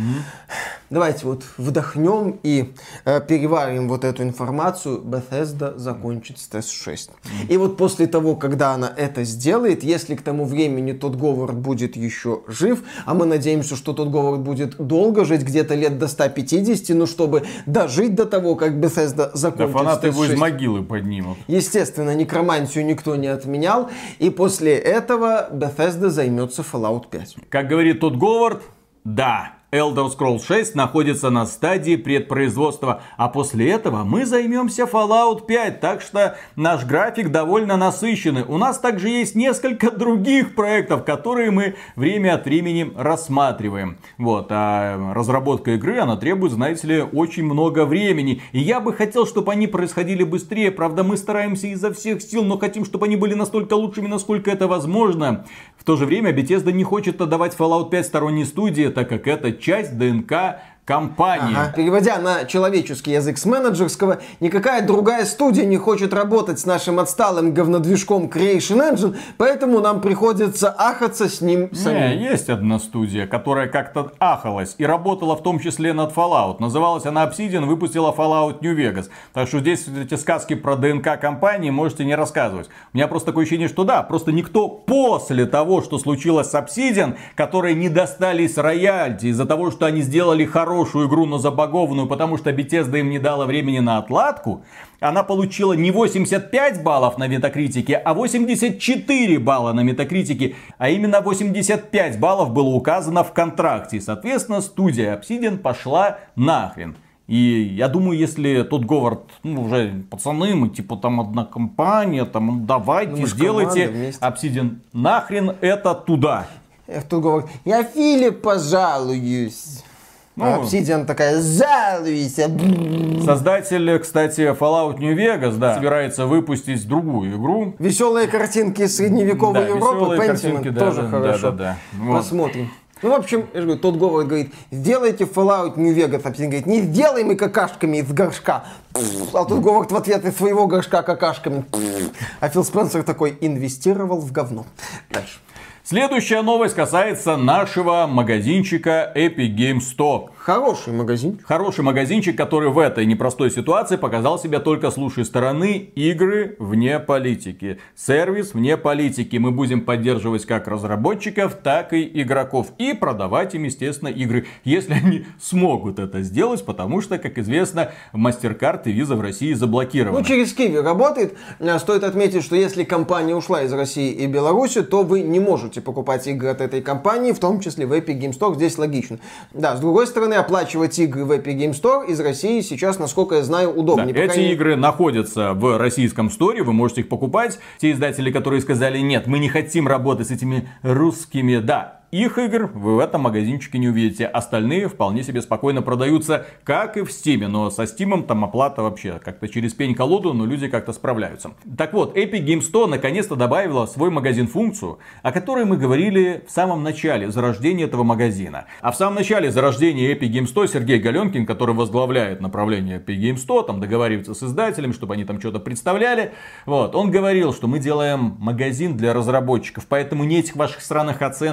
Давайте вот вдохнем и переварим вот эту информацию. Bethesda закончит с TS6. И вот после того, когда она это сделает, если к тому времени Тодд Говард будет еще жив, а мы надеемся, что Тодд Говард будет долго жить, где-то лет до 150, ну, чтобы дожить до того, как Bethesda закончит да, фанаты с TS6. его из могилы поднимут. Естественно, некромантию никто не отменял. И после этого Bethesda займется Fallout 5. Как говорит Тодд Говард, да, Elder Scrolls 6 находится на стадии предпроизводства, а после этого мы займемся Fallout 5, так что наш график довольно насыщенный. У нас также есть несколько других проектов, которые мы время от времени рассматриваем. Вот, а разработка игры, она требует, знаете ли, очень много времени. И я бы хотел, чтобы они происходили быстрее, правда мы стараемся изо всех сил, но хотим, чтобы они были настолько лучшими, насколько это возможно. В то же время Bethesda не хочет отдавать Fallout 5 сторонней студии, так как это часть ДНК компании. Ага. Переводя на человеческий язык с менеджерского, никакая другая студия не хочет работать с нашим отсталым говнодвижком Creation Engine, поэтому нам приходится ахаться с ним самим. Есть одна студия, которая как-то ахалась и работала в том числе над Fallout. Называлась она Obsidian, выпустила Fallout New Vegas. Так что здесь эти сказки про ДНК компании можете не рассказывать. У меня просто такое ощущение, что да, просто никто после того, что случилось с Obsidian, которые не достались роялти из-за того, что они сделали хорошую игру, но забагованную, потому что Bethesda им не дала времени на отладку, она получила не 85 баллов на Метакритике, а 84 балла на Метакритике, а именно 85 баллов было указано в контракте. Соответственно, студия Obsidian пошла нахрен. И я думаю, если Тодд Говард, уже пацаны, мы типа там одна компания, там давайте, сделайте Obsidian, нахрен это туда. Тодд Говард, я Филипп пожалуюсь. Obsidian такая, жалуйся. Создатель, кстати, Fallout New Vegas, да, собирается выпустить другую игру. Веселые картинки из средневековой Европы, Pentiment, тоже да, хорошо. Да. Посмотрим. Ну, в общем, я же говорю, Тодд Говард говорит, сделайте Fallout New Vegas. Obsidian говорит, не сделаем мы какашками из горшка. А Тодд Говард в ответ из своего горшка какашками. А Фил Спенсер такой, инвестировал в говно. Дальше. Следующая новость касается нашего магазинчика Epic Games Store. Хороший магазин. Хороший магазинчик, который в этой непростой ситуации показал себя только с лучшей стороны. Игры вне политики. Сервис вне политики. Мы будем поддерживать как разработчиков, так и игроков. И продавать им, естественно, игры. Если они смогут это сделать, потому что, как известно, MasterCard и Visa в России заблокированы. Ну, через Kiwi работает. Стоит отметить, что если компания ушла из России и Беларуси, то вы не можете покупать игры от этой компании, в том числе в Epic Games Store. Здесь логично. Да, с другой стороны, оплачивать игры в Epic Games Store из России сейчас, насколько я знаю, удобнее. Да, эти игры находятся в российском сторе, вы можете их покупать. Те издатели, которые сказали, нет, мы не хотим работать с этими русскими, да, их игр вы в этом магазинчике не увидите. Остальные вполне себе спокойно продаются, как и в Steam. Но со Steam там оплата вообще как-то через пень-колоду, но люди как-то справляются. Так вот, Epic Games Store наконец-то добавила в свой магазин функцию, о которой мы говорили в самом начале зарождения этого магазина. А в самом начале зарождения Epic Games Store Сергей Галенкин, который возглавляет направление Epic Games Store, там договаривается с издателем, чтобы они там что-то представляли. Вот, он говорил, что мы делаем магазин для разработчиков, поэтому нет этих ваших странных оценок, нет этого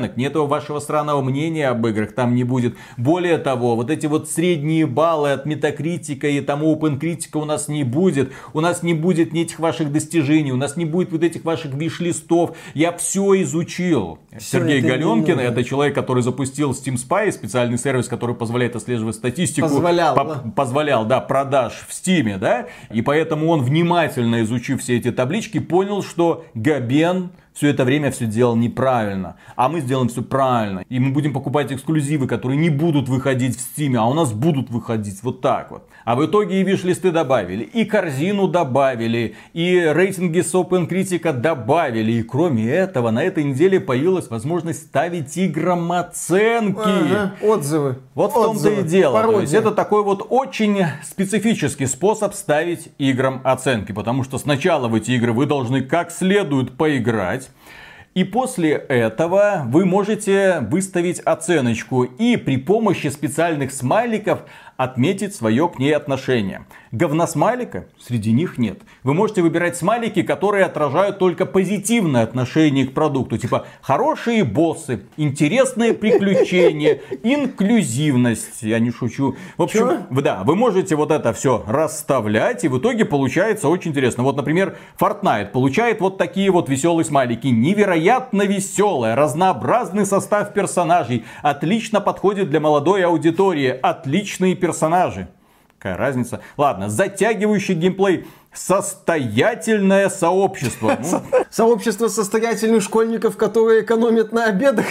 вашего странного мнения об играх там не будет. Более того, вот эти вот средние баллы от Метакритика и там OpenCritic у нас не будет. У нас не будет ни этих ваших достижений, у нас не будет вот этих ваших виш-листов. Я все изучил. Сергей Галенкин, это человек, который запустил Steam Spy, специальный сервис, который позволяет отслеживать статистику. Позволял, да, продаж в Steam, да. И поэтому он, внимательно изучив все эти таблички, понял, что Габен все это время все делал неправильно. А мы сделаем все правильно. И мы будем покупать эксклюзивы, которые не будут выходить в Steam, а у нас будут выходить вот так вот. А в итоге и виш-листы добавили, и корзину добавили, и рейтинги с OpenCritic добавили. И кроме этого, на этой неделе появилась возможность ставить играм оценки. Ага, отзывы. Вот в том-то и дело. То есть это такой вот очень специфический способ ставить играм оценки. Потому что сначала в эти игры вы должны как следует поиграть. И после этого вы можете выставить оценочку и при помощи специальных смайликов отметить свое к ней отношение. Говносмайлика среди них нет. Вы можете выбирать смайлики, которые отражают только позитивное отношение к продукту. Типа хорошие боссы, интересные приключения, инклюзивность. Я не шучу. В общем, да, вы можете вот это все расставлять, и в итоге получается очень интересно. Вот, например, Fortnite получает вот такие вот веселые смайлики. Невероятно веселая, разнообразный состав персонажей. Отлично подходит для молодой аудитории. Отличные персонажи. Какая разница? Ладно, затягивающий геймплей. Состоятельное сообщество. Сообщество состоятельных школьников, которые экономят на обедах.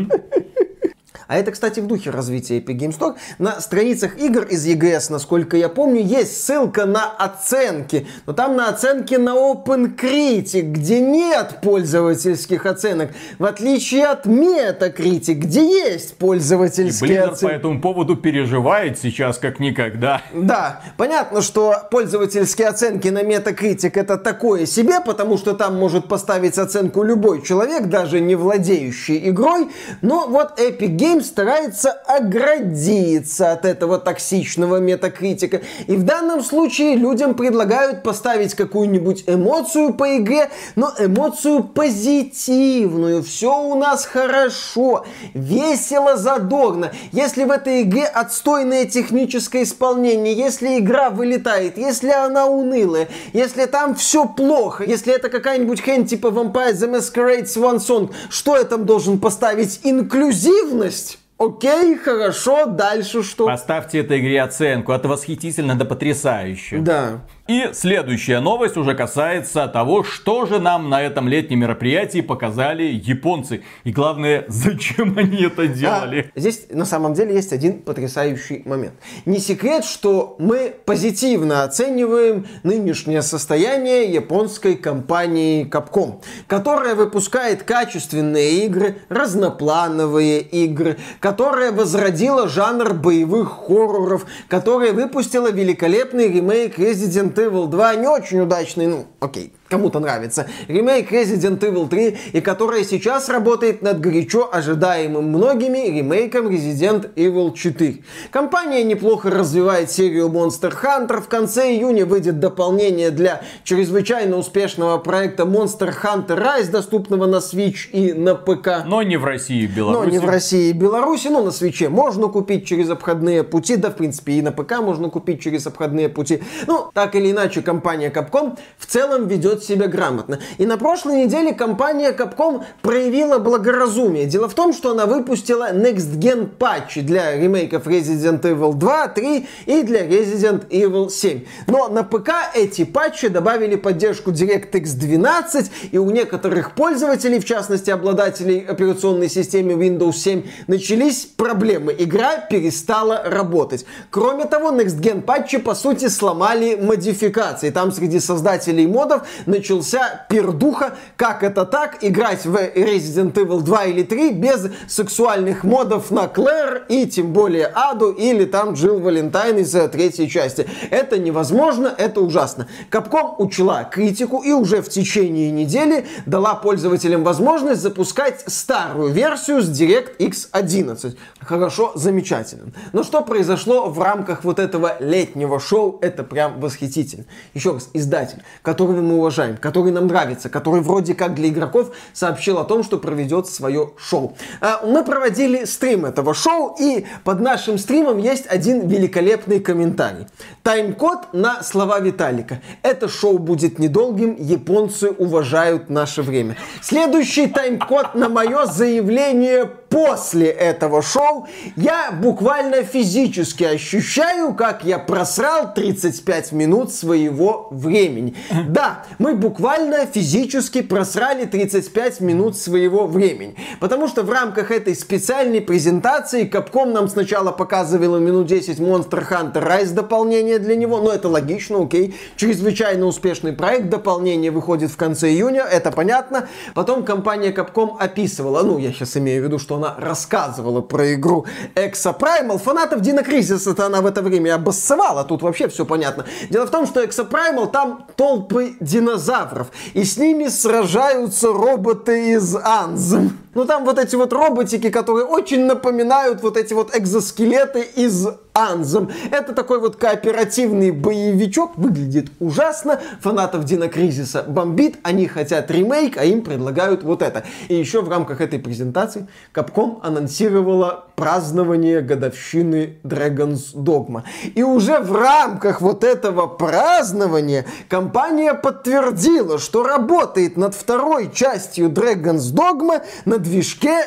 А это, кстати, в духе развития Epic Games Store. На страницах игр из EGS, насколько я помню, есть ссылка на оценки. Но там на оценки на OpenCritic, где нет пользовательских оценок. В отличие от Metacritic, где есть пользовательские оценки. Blizzard по этому поводу переживает сейчас как никогда. Да, понятно, что пользовательские оценки на Metacritic это такое себе, потому что там может поставить оценку любой человек, даже не владеющий игрой. Но вот Epic Games старается оградиться от этого токсичного метакритика. И в данном случае людям предлагают поставить какую-нибудь эмоцию по игре, но эмоцию позитивную. Все у нас хорошо, весело, задорно. Если в этой игре отстойное техническое исполнение, если игра вылетает, если она унылая, если там все плохо, если это какая-нибудь хрень типа Vampire the Masquerade Swan Song, что я там должен поставить? Инклюзивность? Окей, хорошо, дальше что? Поставьте этой игре оценку, это восхитительно да потрясающе. Да. И следующая новость уже касается того, что же нам на этом летнем мероприятии показали японцы. И главное, зачем они это делали. Здесь на самом деле есть один потрясающий момент. Не секрет, что мы позитивно оцениваем нынешнее состояние японской компании Capcom, которая выпускает качественные игры, разноплановые игры, которая возродила жанр боевых хорроров, которая выпустила великолепный ремейк Resident Evil 2, не очень удачный, ну, окей, кому-то нравится, ремейк Resident Evil 3, и которая сейчас работает над горячо ожидаемым многими ремейком Resident Evil 4. Компания неплохо развивает серию Monster Hunter, в конце июня выйдет дополнение для чрезвычайно успешного проекта Monster Hunter Rise, доступного на Switch и на ПК. Но не в России и Беларуси. Но не в России и Беларуси, но на Switch можно купить через обходные пути, да в принципе и на ПК можно купить через обходные пути. Ну, так или иначе, компания Capcom в целом ведет себя грамотно. И на прошлой неделе компания Capcom проявила благоразумие. Дело в том, что она выпустила Next Gen патчи для ремейков Resident Evil 2, 3 и для Resident Evil 7. Но на ПК эти патчи добавили поддержку DirectX 12, и у некоторых пользователей, в частности обладателей операционной системы Windows 7, начались проблемы. Игра перестала работать. Кроме того, Next Gen патчи по сути сломали модификации. Там среди создателей модов начался пердуха, как это так, играть в Resident Evil 2 или 3 без сексуальных модов на Клэр и тем более Аду или там Джилл Валентайн из третьей части. Это невозможно, это ужасно. Capcom учла критику и уже в течение недели дала пользователям возможность запускать старую версию с DirectX 11. Хорошо, замечательно. Но что произошло в рамках вот этого летнего шоу, это прям восхитительно. Еще раз, издатель, которого мы уважаем уважаем, который нам нравится, который вроде как для игроков сообщил о том, что проведет свое шоу. Мы проводили стрим этого шоу, и под нашим стримом есть один великолепный комментарий. Тайм-код на слова Виталика. Это шоу будет недолгим, японцы уважают наше время. Следующий тайм-код на мое заявление после этого шоу. Я буквально физически ощущаю, как я просрал 35 минут своего времени. Да, мы буквально физически просрали 35 минут своего времени. Потому что в рамках этой специальной презентации Capcom нам сначала показывала минут 10 Monster Hunter Rise дополнение для него. Но это логично, окей. Чрезвычайно успешный проект. Дополнение выходит в конце июня, это понятно. Потом компания Capcom описывала, я сейчас имею в виду, что она рассказывала про игру Exoprimal. Фанатов Dino Crisis-то она в это время обоссывала, тут вообще все понятно. Дело в том, что Exoprimal там толпы динозавров, и с ними сражаются роботы из Anthem. Там вот эти вот роботики, которые очень напоминают вот эти вот экзоскелеты из Anthem. Это такой вот кооперативный боевичок, выглядит ужасно, фанатов Dino Crisis бомбит, они хотят ремейк, а им предлагают вот это. И еще в рамках этой презентации Capcom анонсировала празднование годовщины Dragon's Dogma. И уже в рамках вот этого празднования компания подтвердила, что работает над второй частью Dragon's Dogma на движке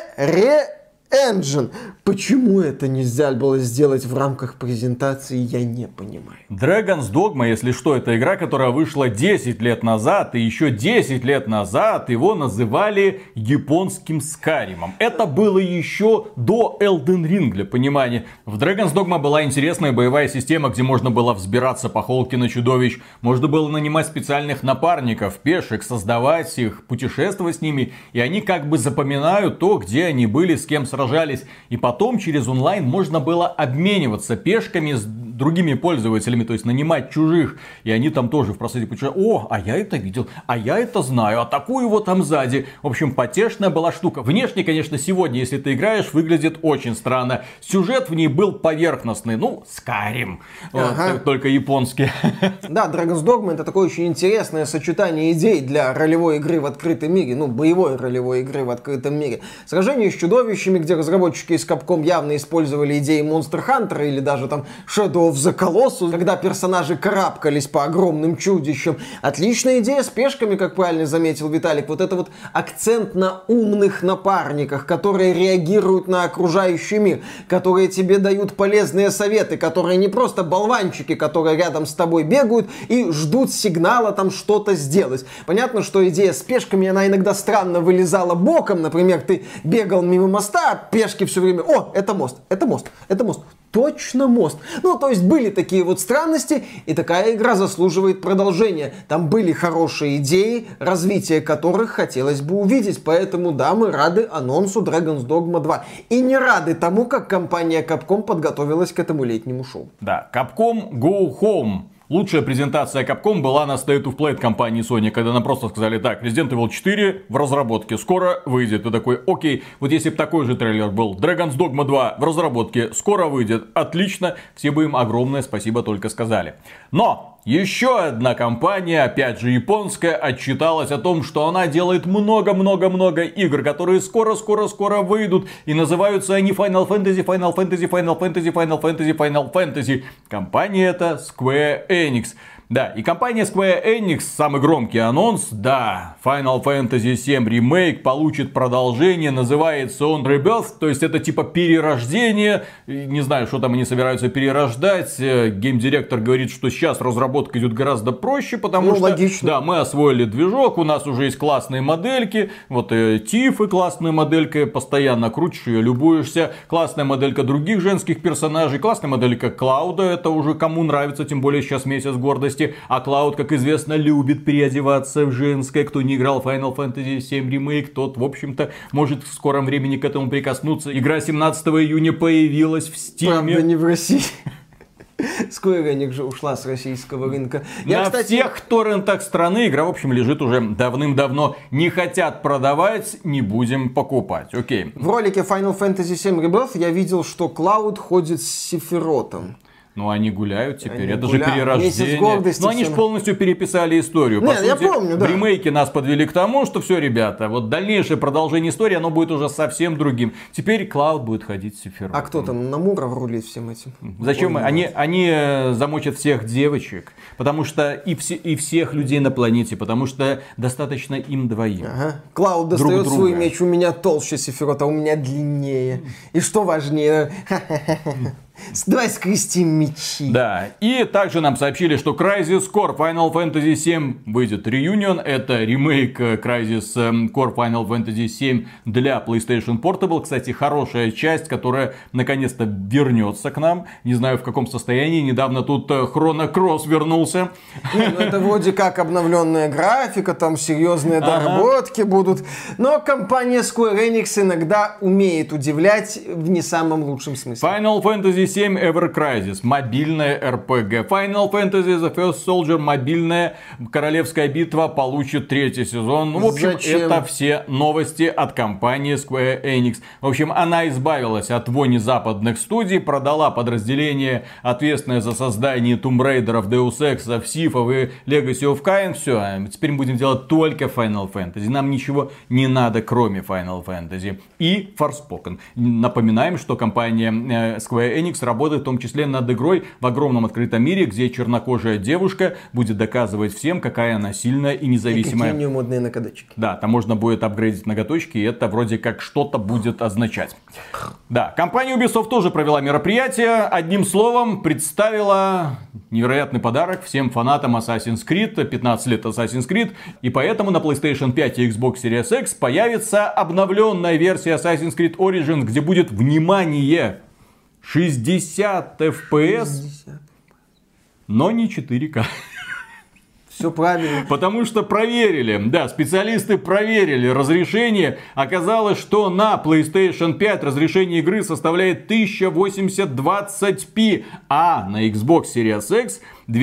Re-Engine. Почему это нельзя было сделать в рамках презентации, я не понимаю. Dragon's Dogma, если что, это игра, которая вышла 10 лет назад, и еще 10 лет назад его называли японским Скайримом. Это было еще до Elden Ring, для понимания. В Dragon's Dogma была интересная боевая система, где можно было взбираться по холке на чудовищ, можно было нанимать специальных напарников, пешек, создавать их, путешествовать с ними, и они как бы запоминают то, где они были, с кем сражались, и потом через онлайн можно было обмениваться пешками с другими пользователями, то есть нанимать чужих, и они там тоже в процессе путешествия: а я это видел, а я это знаю, атакую его там сзади. В общем, потешная была штука. Внешне, конечно, сегодня, если ты играешь, выглядит очень странно. Сюжет в ней был поверхностный, Skyrim, только японский. Да, Dragon's Dogma — это такое очень интересное сочетание идей для ролевой игры в открытом мире, боевой ролевой игры в открытом мире. Сражение с чудовищами, где разработчики из Capcom явно использовали идеи Monster Hunter или даже там Shadow of the Colossus, когда персонажи карабкались по огромным чудищам. Отличная идея с пешками, как правильно заметил Виталик. Вот это вот акцент на умных напарниках, которые реагируют на окружающий мир, которые тебе дают полезные советы, которые не просто болванчики, которые рядом с тобой бегают и ждут сигнала там что-то сделать. Понятно, что идея с пешками, она иногда странно вылезала боком. Например, ты бегал мимо моста, а пешки все время: это мост, это мост, это мост. Точно мост. То есть были такие вот странности, и такая игра заслуживает продолжения. Там были хорошие идеи, развитие которых хотелось бы увидеть. Поэтому, да, мы рады анонсу Dragon's Dogma 2. И не рады тому, как компания Capcom подготовилась к этому летнему шоу. Да, Capcom Go Home. Лучшая презентация Capcom была на State of Play от компании Sony, когда нам просто сказали: так, Resident Evil 4 в разработке, скоро выйдет. И такой: окей, вот если бы такой же трейлер был, Dragon's Dogma 2 в разработке, скоро выйдет, отлично, все бы им огромное спасибо только сказали. Но еще одна компания, опять же японская, отчиталась о том, что она делает много-много-много игр, которые скоро-скоро-скоро выйдут, и называются они Final Fantasy, Final Fantasy, Final Fantasy, Final Fantasy, Final Fantasy. Компания это Square Enix. Да, и компания Square Enix, самый громкий анонс, да, Final Fantasy VII Remake получит продолжение, называется он Rebirth, то есть это типа перерождение, не знаю, что там они собираются перерождать, геймдиректор говорит, что сейчас разработка идет гораздо проще, потому что, логично. Да, мы освоили движок, у нас уже есть классные модельки, вот Тифы классная моделька, постоянно крутишь ее, любуешься, классная моделька других женских персонажей, классная моделька Клауда, это уже кому нравится, тем более сейчас месяц гордости. А Клауд, как известно, любит переодеваться в женское. Кто не играл в Final Fantasy VII Remake, тот, в общем-то, может в скором времени к этому прикоснуться. Игра 17 июня появилась в Steam. Правда, не в России. Square Enix же ушла с российского рынка. На всех торрентах страны игра, в общем, лежит уже давным-давно. Не хотят продавать, не будем покупать. Окей. В ролике Final Fantasy VII Rebirth я видел, что Клауд ходит с Сефиротом. Ну, они гуляют теперь, Они это гуляют. же перерождение. Месяц гордости Но они же все. полностью переписали историю. По Нет, я сути, помню, да. в ремейке нас подвели к тому, что все, ребята, вот дальнейшее продолжение истории, оно будет уже совсем другим. Теперь Клауд будет ходить с Сефиротом. А кто там? Намуров рулит всем этим? Зачем? Они замочат всех девочек, потому что и всех людей на планете, потому что достаточно им двоим. Ага. Клауд Друг достает друга. свой меч, у меня толще Сефирота, у меня длиннее. И что важнее? Давай скрестим мечи. Да, и также нам сообщили, что Crysis Core Final Fantasy VII выйдет Reunion. Это ремейк Crysis Core Final Fantasy VII для PlayStation Portable. Кстати, хорошая часть, которая наконец-то вернется к нам. Не знаю в каком состоянии. Недавно тут Chrono Cross вернулся. Не, ну это вроде как обновленная графика, там серьезные доработки будут. Но компания Square Enix иногда умеет удивлять в не самом лучшем смысле. Final Fantasy VII Ever Crisis, мобильная RPG. Final Fantasy The First Soldier, мобильная королевская битва, получит 3-й сезон. Ну, в общем, Зачем? это все новости от компании Square Enix. В общем, она избавилась от вони западных студий, продала подразделение, ответственное за создание Tomb Raider, Deus Ex, Сифов и Legacy of Kain. Все, теперь мы будем делать только Final Fantasy. Нам ничего не надо, кроме Final Fantasy. И Forspoken. Напоминаем, что компания Square Enix работает в том числе над игрой в огромном открытом мире, где чернокожая девушка будет доказывать всем, какая она сильная и независимая. И какие у нее модные ноготочки. Да, там можно будет апгрейдить ноготочки, и это вроде как что-то будет означать. Да, компания Ubisoft тоже провела мероприятие. Одним словом, представила невероятный подарок всем фанатам Assassin's Creed. 15 лет Assassin's Creed. И поэтому на PlayStation 5 и Xbox Series X появится обновленная версия Assassin's Creed Origins, где будет, внимание, 60 FPS, но не 4К. Все правильно. Потому что проверили, да, специалисты проверили разрешение. Оказалось, что на PlayStation 5 разрешение игры составляет 1080-20p, а на Xbox Series X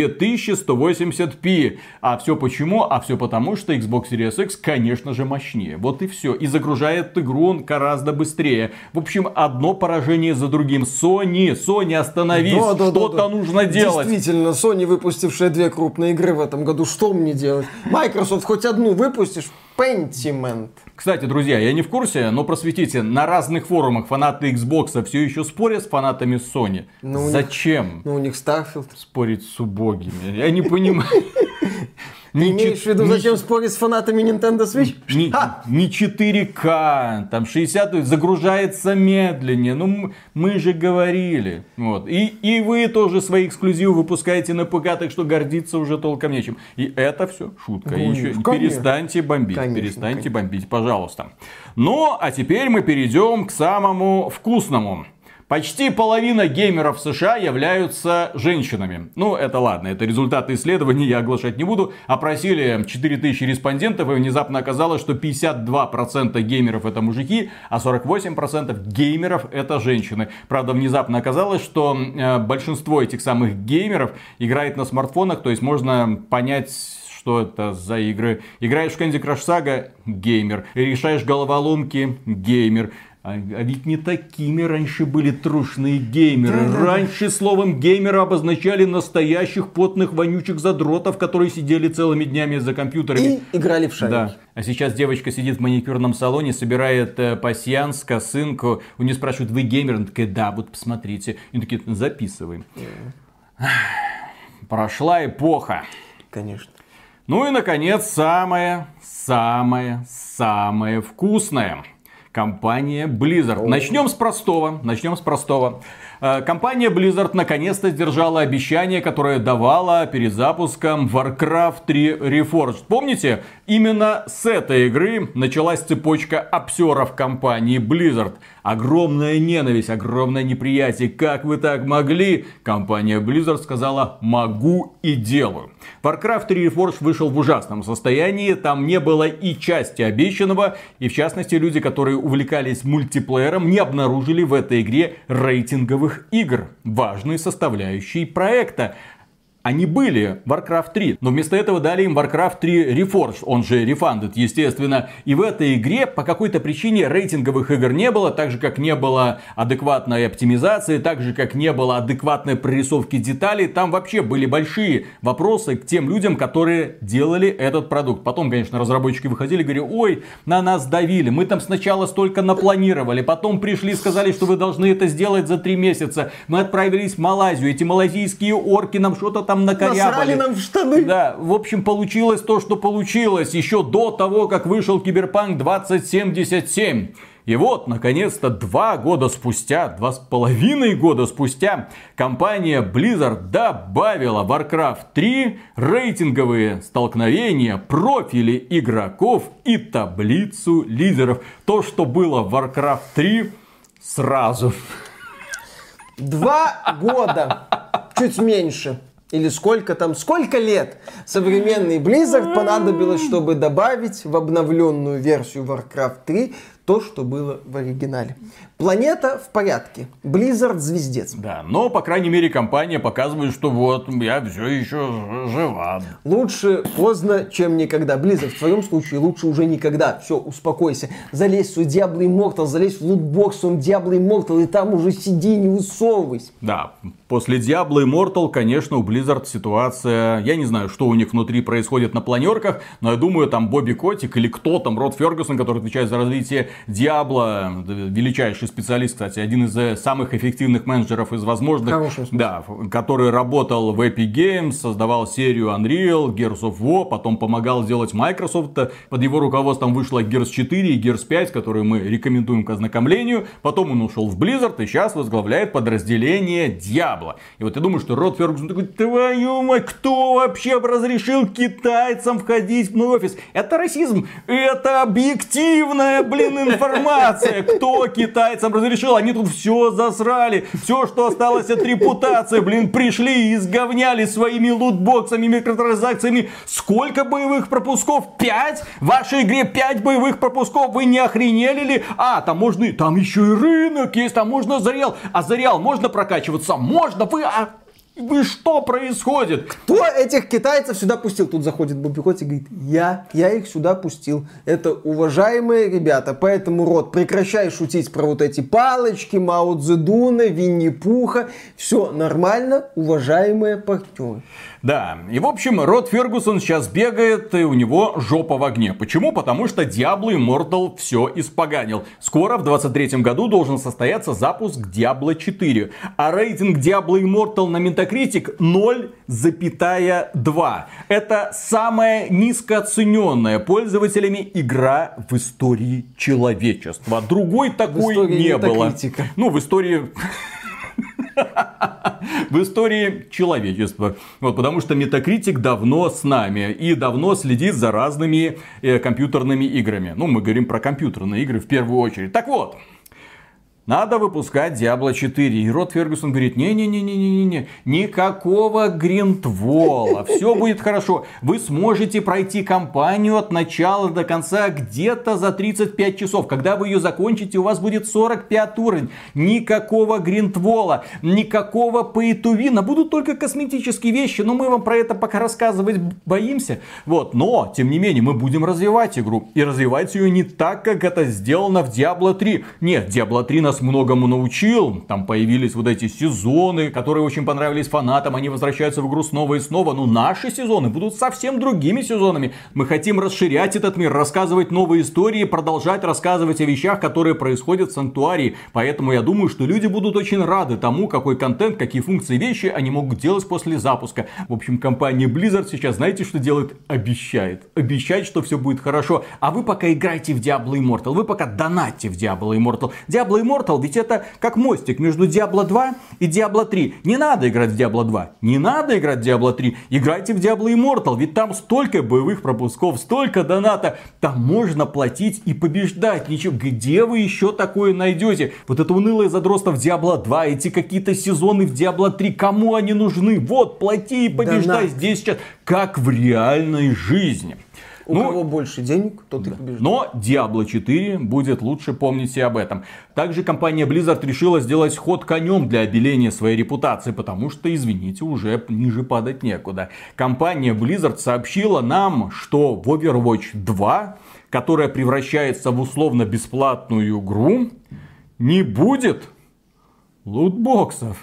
2180p. А все почему? А все потому, что Xbox Series X, конечно же, мощнее. Вот и все. И загружает игру он гораздо быстрее. В общем, одно поражение за другим. Sony, остановись. Что-то нужно делать. Действительно, Sony, выпустившая 2 крупные игры в этом году, что мне делать? Microsoft хоть одну выпустишь? Pentiment. Кстати, друзья, я не в курсе, но просветите, на разных форумах фанаты Xbox все еще спорят с фанатами Sony. Ну, Зачем у них Starfield. спорить с убогими? Я не понимаю. Ты имеешь в виду, зачем спорить с фанатами Nintendo Switch? Не 4К, там 60, загружается медленнее. Ну, мы же говорили. Вот. И вы тоже свои эксклюзивы выпускаете на ПК, так что гордиться уже толком нечем. И это все шутка. Ну, Еще конечно. перестаньте бомбить, Конечно. бомбить, пожалуйста. Ну, а теперь мы перейдем к самому вкусному. Почти половина геймеров США являются женщинами. Ну, это ладно, это результаты исследований, я оглашать не буду. Опросили 4000 респондентов, и внезапно оказалось, что 52% геймеров это мужики, а 48% геймеров это женщины. Правда, внезапно оказалось, что большинство этих самых геймеров играет на смартфонах, то есть можно понять, что это за игры. Играешь в Candy Crush Saga – геймер. Решаешь головоломки – геймер. А ведь не такими раньше были трушные геймеры. Раньше словом геймера обозначали настоящих потных вонючих задротов, которые сидели целыми днями за компьютерами. И играли в шарики. Да. А сейчас девочка сидит в маникюрном салоне, собирает пасьянс, косынку. У нее спрашивают: вы геймер? Она такая: да, вот посмотрите. И такие: записываем. Прошла эпоха. Конечно. Ну и, наконец, самое вкусное. Компания Blizzard. Начнем с простого. Компания Blizzard наконец-то сдержала обещание, которое давала перед запуском Warcraft 3 Reforged. Помните? Именно с этой игры началась цепочка обсеров компании Blizzard. Огромная ненависть, огромное неприятие. Как вы так могли? Компания Blizzard сказала: могу и делаю. Warcraft 3 Reforged вышел в ужасном состоянии. Там не было и части обещанного. И в частности, люди, которые увлекались мультиплеером, не обнаружили в этой игре рейтинговых игр. Важной составляющей проекта. они были в Warcraft 3, но вместо этого дали им Warcraft 3 Reforged, он же Refunded, естественно. И в этой игре по какой-то причине рейтинговых игр не было, так же как не было адекватной оптимизации, так же как не было адекватной прорисовки деталей. Там вообще были большие вопросы к тем людям, которые делали этот продукт. Потом, конечно, разработчики выходили и говорили: ой, на нас давили, мы там сначала столько напланировали, потом пришли и сказали, что вы должны это сделать за 3 месяца. Мы отправились в Малайзию, эти малайзийские орки нам что-то там накорябали. Насрали нам в штаны. Да, в общем, получилось то, что получилось, еще до того, как вышел Киберпанк 2077. И вот, наконец-то, 2 года спустя, 2,5 года спустя, компания Blizzard добавила в Warcraft 3 рейтинговые столкновения, профили игроков и таблицу лидеров. То, что было в Warcraft 3, сразу. 2 года, чуть меньше. Или сколько лет современный Blizzard понадобилось, чтобы добавить в обновленную версию Warcraft 3 то, что было в оригинале. Планета в порядке. Blizzard звездец. Да, но, по крайней мере, компания показывает, что вот, я все еще жива. Лучше поздно, чем никогда. Blizzard, в твоем случае, лучше уже никогда. Все, успокойся. Залезь в свой Diablo Immortal, залезь в лутбокс, он Diablo Immortal, и там уже сиди, не высовывайся. Да, после Diablo Immortal, конечно, у Blizzard ситуация... Я не знаю, что у них внутри происходит на планерках, но я думаю, там Бобби Котик или кто там, Род Фергюсон, который отвечает за развитие Diablo, величайший специалист, кстати, один из самых эффективных менеджеров из возможных, да, который работал в Epic Games, создавал серию Unreal, Gears of War, потом помогал делать Microsoft. Под его руководством вышла Gears 4 и Gears 5, которые мы рекомендуем к ознакомлению. Потом он ушел в Blizzard и сейчас возглавляет подразделение Diablo. И вот я думаю, что Род Фергюсон такой: твою мать, кто вообще разрешил китайцам входить в мой офис? Это расизм, это объективная, информация, кто китайцам разрешил. Они тут все засрали. Все, что осталось от репутации, пришли и изговняли своими лутбоксами, микротранзакциями. Сколько боевых пропусков? 5? В вашей игре 5 боевых пропусков? Вы не охренели ли? А, там можно, там еще и рынок есть, там можно за Реал. А за Реал можно прокачиваться? Можно. Вы что происходит? Кто этих китайцев сюда пустил? Тут заходит Бобби Котик и говорит: я их сюда пустил. Это уважаемые ребята. Поэтому, Род, прекращай шутить про вот эти палочки, Мао Цзэдуна, Винни-Пуха. Все нормально, уважаемые партнеры. Да, и в общем, Род Фергюсон сейчас бегает, и у него жопа в огне. Почему? Потому что Diablo Immortal все испоганил. Скоро, в 2023 году, должен состояться запуск Diablo 4. А рейтинг Diablo Immortal на Metacritic 0,2. Это самая низкооцененная пользователями игра в истории человечества. Другой такой не было. Ну, в истории... В истории человечества. Вот, потому что Metacritic давно с нами и давно следит за разными компьютерными играми. Ну, мы говорим про компьютерные игры в первую очередь. Так вот, надо выпускать Diablo 4. И Род Фергюсон говорит: не-не-не-не-не-не, никакого гриндвола, все будет хорошо. Вы сможете пройти кампанию от начала до конца где-то за 35 часов. Когда вы ее закончите, у вас будет 45 уровень. Никакого гриндвола, никакого пейтувина. Будут только косметические вещи, но мы вам про это пока рассказывать боимся. Вот. Но, тем не менее, мы будем развивать игру. И развивать ее не так, как это сделано в Diablo 3. Нет, Diablo 3 нас многому научил. Там появились вот эти сезоны, которые очень понравились фанатам. Они возвращаются в игру снова и снова. Но наши сезоны будут совсем другими сезонами. Мы хотим расширять этот мир, рассказывать новые истории, продолжать рассказывать о вещах, которые происходят в Санктуарии. Поэтому я думаю, что люди будут очень рады тому, какой контент, какие функции, вещи они могут делать после запуска. В общем, компания Blizzard сейчас, знаете, что делает? Обещает. Обещает, что все будет хорошо. А вы пока играйте в Diablo Immortal. Вы пока донатьте в Diablo Immortal. Diablo Immortal ведь это как мостик между Diablo 2 и Diablo 3. Не надо играть в Diablo 2. Не надо играть в Diablo 3. Играйте в Diablo Immortal. Ведь там столько боевых пропусков, столько доната. Там можно платить и побеждать. Ничего. Где вы еще такое найдете? Вот это унылое задротство в Diablo 2. Эти какие-то сезоны в Diablo 3. Кому они нужны? Вот, плати и побеждай здесь сейчас. Как в реальной жизни. У кого больше денег, тот и побеждает. Но Diablo 4 будет лучше, помните об этом. Также компания Blizzard решила сделать ход конем для обеления своей репутации, потому что, извините, уже ниже падать некуда. Компания Blizzard сообщила нам, что в Overwatch 2, которая превращается в условно-бесплатную игру, не будет лутбоксов.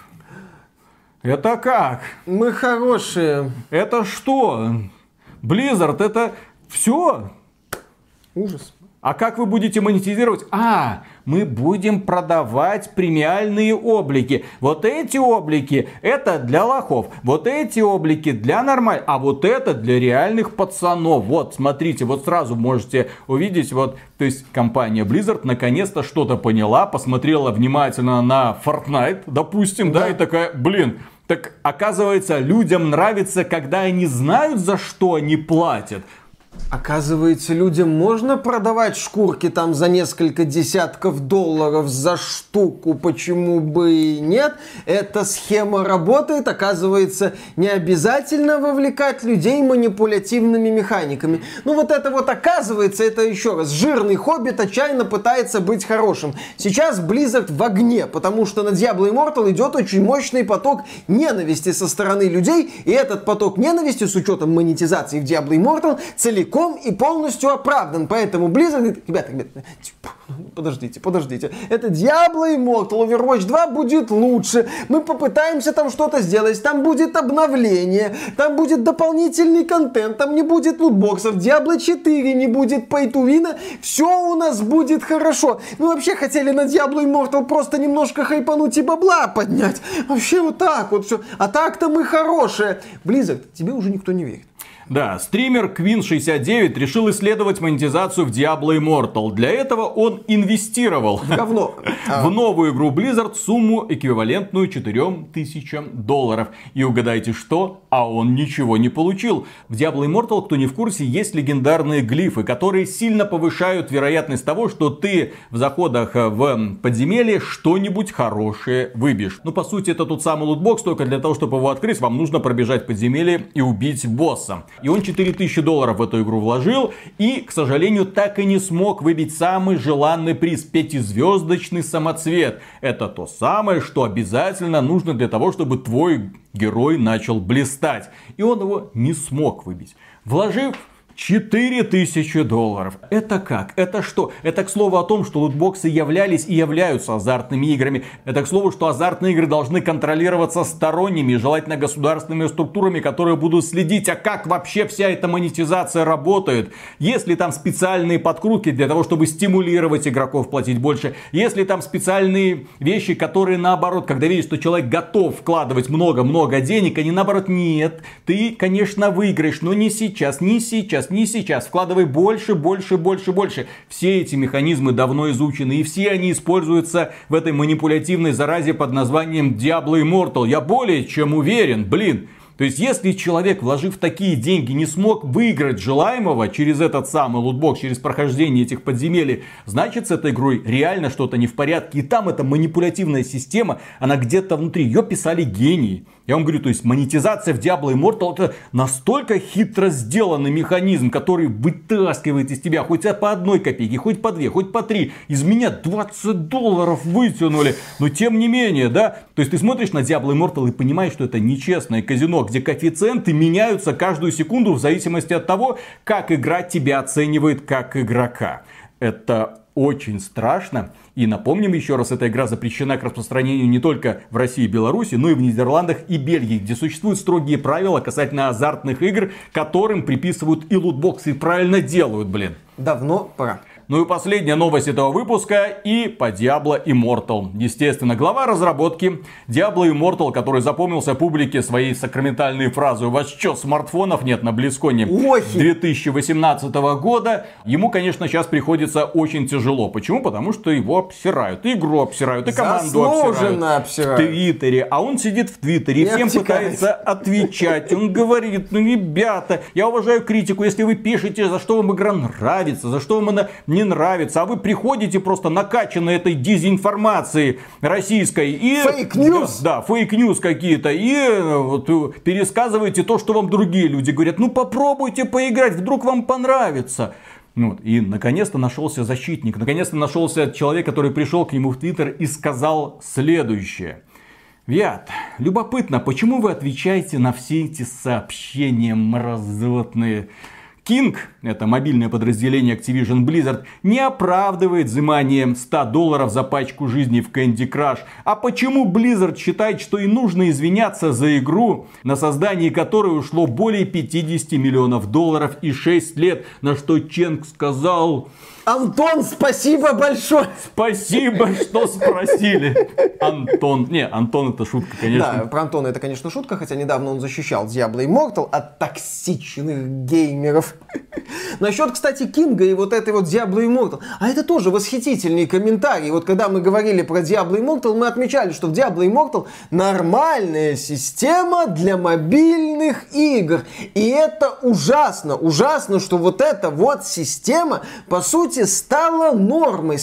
Это как? Мы хорошие. Это что? Blizzard, это все? Ужас. А как вы будете монетизировать? Мы будем продавать премиальные облики. Вот эти облики, это для лохов. Вот эти облики для нормальных. А вот это для реальных пацанов. Вот, смотрите, вот сразу можете увидеть. Вот, то есть компания Blizzard наконец-то что-то поняла, посмотрела внимательно на Fortnite, допустим, да, и такая, так оказывается, людям нравится, когда они знают, за что они платят. Оказывается, людям можно продавать шкурки там за несколько десятков долларов за штуку, почему бы и нет? Эта схема работает, оказывается, не обязательно вовлекать людей манипулятивными механиками. Ну вот это вот оказывается, это еще раз, жирный хоббит отчаянно пытается быть хорошим. Сейчас Blizzard в огне, потому что на Diablo Immortal идет очень мощный поток ненависти со стороны людей, и этот поток ненависти с учетом монетизации в Diablo Immortal целиком и полностью оправдан. Поэтому Blizzard говорит, ребята, подождите. Это Diablo Immortal, Overwatch 2 будет лучше. Мы попытаемся там что-то сделать. Там будет обновление, там будет дополнительный контент, там не будет лутбоксов, Diablo 4 не будет pay to win. Все у нас будет хорошо. Мы вообще хотели на Diablo Immortal просто немножко хайпануть и бабла поднять. Вообще вот так вот все. А так-то мы хорошие. Blizzard, тебе уже никто не верит. Да, стример Queen69 решил исследовать монетизацию в Diablo Immortal. Для этого он инвестировал в новую игру Blizzard сумму, эквивалентную $4000. И угадайте что? А он ничего не получил. В Diablo Immortal, кто не в курсе, есть легендарные глифы, которые сильно повышают вероятность того, что ты в заходах в подземелье что-нибудь хорошее выбьешь. Ну, по сути, это тот самый лутбокс, только для того, чтобы его открыть, вам нужно пробежать подземелье и убить босса. И он $4000 в эту игру вложил и, к сожалению, так и не смог выбить самый желанный приз — 5-звездочный самоцвет. Это то самое, что обязательно нужно для того, чтобы твой герой начал блистать. И он его не смог выбить, вложив $4000. Это как? Это что? Это к слову о том, что лутбоксы являлись и являются азартными играми. Это к слову, что азартные игры должны контролироваться сторонними, желательно государственными структурами, которые будут следить, а как вообще вся эта монетизация работает. Если там специальные подкрутки для того, чтобы стимулировать игроков платить больше. Если там специальные вещи, которые наоборот, когда видишь, что человек готов вкладывать много-много денег, они наоборот, нет, ты, конечно, выиграешь, но не сейчас. Вкладывай больше. Все эти механизмы давно изучены, и все они используются в этой манипулятивной заразе под названием Diablo Immortal. Я более чем уверен, То есть, если человек, вложив такие деньги, не смог выиграть желаемого через этот самый лутбокс, через прохождение этих подземелий, значит, с этой игрой реально что-то не в порядке. И там эта манипулятивная система, она где-то внутри. Ее писали гении. Я вам говорю, то есть, монетизация в Diablo Immortal — это настолько хитро сделанный механизм, который вытаскивает из тебя хоть по 1 копейке, хоть по 2, хоть по 3. Из меня $20 вытянули. Но тем не менее, да. То есть, ты смотришь на Diablo Immortal и понимаешь, что это нечестное казино, где коэффициенты меняются каждую секунду в зависимости от того, как игра тебя оценивает как игрока. Это очень страшно. И напомним еще раз, эта игра запрещена к распространению не только в России и Беларуси, но и в Нидерландах и Бельгии, где существуют строгие правила касательно азартных игр, которым приписывают и лутбоксы, и правильно делают, Давно пора. Ну и последняя новость этого выпуска и по Diablo Immortal. Естественно, глава разработки Diablo Immortal, который запомнился публике своей сакраментальной фразой: «У вас что, смартфонов нет на Близконе 2018 года?» Ему, конечно, сейчас приходится очень тяжело. Почему? Потому что его обсирают, и игру обсирают, и команду обсирают в Твиттере. А он сидит в Твиттере и всем пытается отвечать. Он говорит: ну, ребята, я уважаю критику, если вы пишете, за что вам игра нравится, за что вам она не нравится, а вы приходите просто накачанные этой дезинформацией российской и... Фейк-ньюс. Да, фейк-ньюс какие-то. И вот пересказываете то, что вам другие люди говорят. Ну попробуйте поиграть, вдруг вам понравится. Вот. И наконец-то нашелся защитник. Наконец-то нашелся человек, который пришел к нему в Твиттер и сказал следующее. Виат, любопытно, почему вы отвечаете на все эти сообщения мразотные? King, это мобильное подразделение Activision Blizzard, не оправдывает взимание $100 за пачку жизни в Candy Crush. А почему Blizzard считает, что и нужно извиняться за игру, на создание которой ушло более $50 миллионов и 6 лет? На что Ченг сказал... Антон, спасибо большое. Спасибо, что спросили. Антон. Не, Антон это шутка, конечно. Да, про Антона это, конечно, шутка, хотя недавно он защищал Diablo Immortal от токсичных геймеров. Насчет, кстати, Кинга и вот этой вот Diablo Immortal. А это тоже восхитительный комментарий. Вот когда мы говорили про Diablo Immortal, мы отмечали, что в Diablo Immortal нормальная система для мобильных игр. И это ужасно. Ужасно, что вот эта вот система, по сути, стала нормой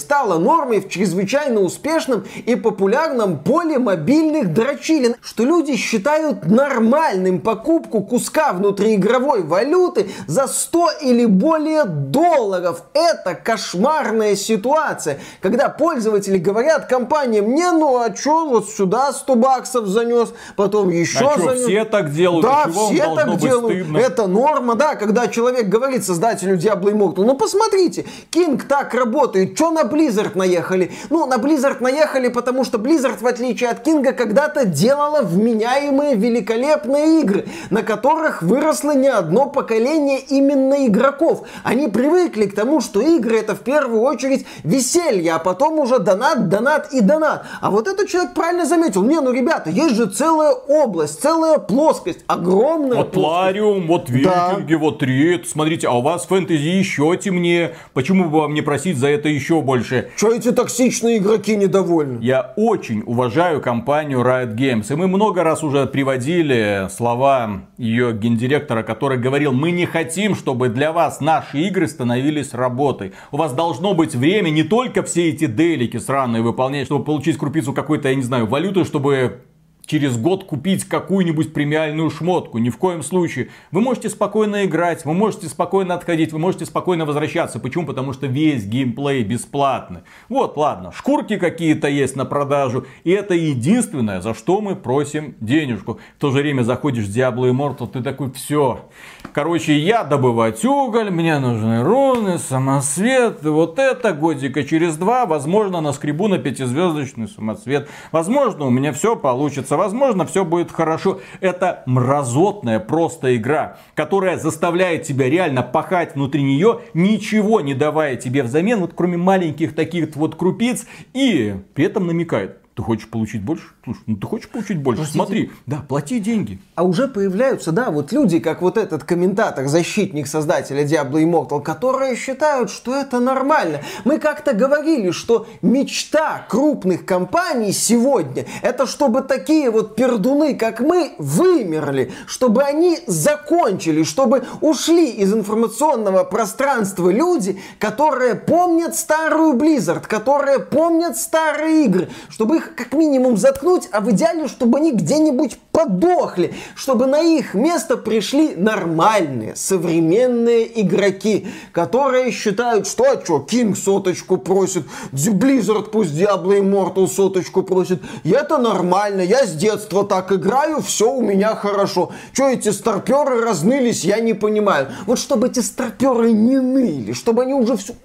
в чрезвычайно успешном и популярном поле мобильных дрочилин, что люди считают нормальным покупку куска внутриигровой валюты за 100 или более долларов. Это кошмарная ситуация, когда пользователи говорят компаниям: не, ну а чё, вот сюда 100 баксов занес, потом еще а занес. Все так делают, да, все так делают. Стыдно? Это норма, да, когда человек говорит создателю Diablo Immortal: ну посмотрите, King так работает, чё на Blizzard наехали? Ну, на Blizzard наехали, потому что Blizzard, в отличие от Кинга, когда-то делала вменяемые, великолепные игры, на которых выросло не одно поколение именно игроков. Они привыкли к тому, что игры это в первую очередь веселье, а потом уже донат, донат и донат. А вот этот человек правильно заметил: не, ну ребята, есть же целая область, целая плоскость, огромная вот плоскость. Лариум, вот Викинги, да. Вот Рид, смотрите, а у вас фэнтези еще темнее. Почему бы вам не просить за это еще больше? Что эти токсичные игроки недовольны? Я очень уважаю компанию Riot Games. И мы много раз уже приводили слова ее гендиректора, который говорил: мы не хотим, чтобы для вас наши игры становились работой. У вас должно быть время не только все эти делики сраные выполнять, чтобы получить крупицу какой-то, я не знаю, валюты, чтобы... через год купить какую-нибудь премиальную шмотку. Ни в коем случае. Вы можете спокойно играть, вы можете спокойно отходить, вы можете спокойно возвращаться. Почему? Потому что весь геймплей бесплатный. Вот, ладно, шкурки какие-то есть на продажу. И это единственное, за что мы просим денежку. В то же время заходишь в Diablo Immortal, ты такой: все. Короче, я добывать уголь, мне нужны руны, самосвет. Вот это годика через 2, возможно, наскребу на 5-звездочный самосвет. Возможно, у меня все получится. Возможно, все будет хорошо. Это мразотная просто игра, которая заставляет тебя реально пахать внутри нее, ничего не давая тебе взамен, вот кроме маленьких таких вот крупиц, и при этом намекает: ты хочешь получить больше? Слушай, ну ты хочешь получить больше? Простите? Смотри, да, плати деньги. А уже появляются, да, вот люди, как вот этот комментатор, защитник создателя Diablo Immortal, которые считают, что это нормально. Мы как-то говорили, что мечта крупных компаний сегодня, это чтобы такие вот пердуны, как мы, вымерли, чтобы они закончили, чтобы ушли из информационного пространства люди, которые помнят старую Blizzard, которые помнят старые игры, чтобы их как минимум заткнуть, а в идеале, чтобы они где-нибудь подохли, чтобы на их место пришли нормальные, современные игроки, которые считают, что King соточку просит, Blizzard пусть Diablo Immortal соточку просит, и это нормально, я с детства так играю, все у меня хорошо. Что эти старперы разнылись, я не понимаю. Вот чтобы эти старперы не ныли, чтобы они уже все...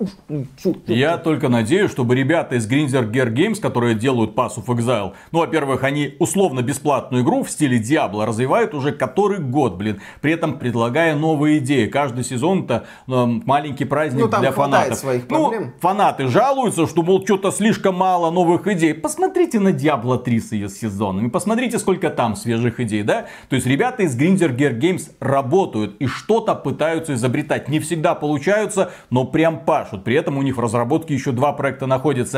Я только надеюсь, чтобы ребята из Grinder Gear Games, которые делают Path of Exile, ну, во-первых, они условно бесплатную игру в стиле Diablo развивают уже который год, блин. При этом предлагая новые идеи. Каждый сезон это маленький праздник для фанатов. Своих проблем. Фанаты жалуются, что, мол, что-то слишком мало новых идей. Посмотрите на Diablo 3 с ее сезонами. Посмотрите, сколько там свежих идей, да? То есть ребята из Grinder Gear Games работают и что-то пытаются изобретать. Не всегда получаются, но прям пашут. При этом у них в разработке еще 2 проекта находятся.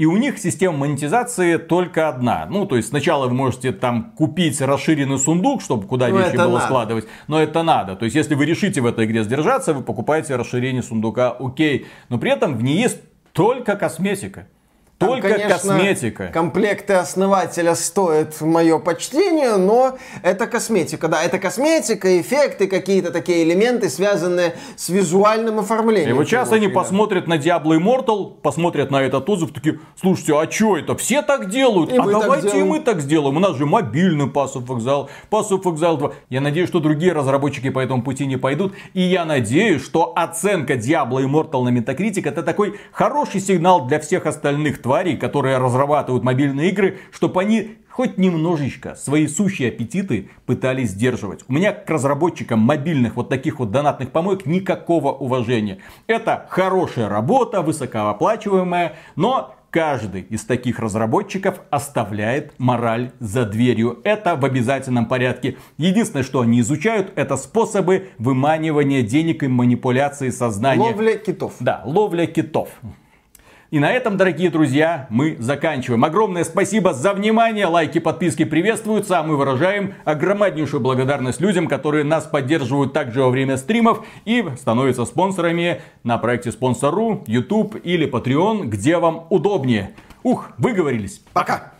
И у них система монетизации только одна. Ну, то есть сначала вы можете там купить расширенный сундук, чтобы куда вещи было складывать. Но это надо. То есть если вы решите в этой игре сдержаться, вы покупаете расширение сундука, окей. Но при этом в ней есть только косметика. Там, только конечно, косметика. Комплекты основателя стоят мое почтение, но это косметика. Да, это косметика, эффекты, какие-то такие элементы, связанные с визуальным оформлением. И вот сейчас они посмотрят на Diablo Immortal, посмотрят на этот отзыв, такие, слушайте, а что это? Все так делают, а давайте и мы так сделаем. У нас же мобильный Pass of Exile 2. Я надеюсь, что другие разработчики по этому пути не пойдут. И я надеюсь, что оценка Diablo Immortal на Metacritic это такой хороший сигнал для всех остальных тварей, которые разрабатывают мобильные игры, чтобы они хоть немножечко свои сущие аппетиты пытались сдерживать. У меня к разработчикам мобильных вот таких вот донатных помоек никакого уважения. Это хорошая работа, высокооплачиваемая, но каждый из таких разработчиков оставляет мораль за дверью. Это в обязательном порядке. Единственное, что они изучают, это способы выманивания денег и манипуляции сознания. Ловля китов. Да, ловля китов. И на этом, дорогие друзья, мы заканчиваем. Огромное спасибо за внимание. Лайки, подписки приветствуются. А мы выражаем огромнейшую благодарность людям, которые нас поддерживают также во время стримов и становятся спонсорами на проекте Спонсор.ру, YouTube или Patreon, где вам удобнее. Выговорились. Пока.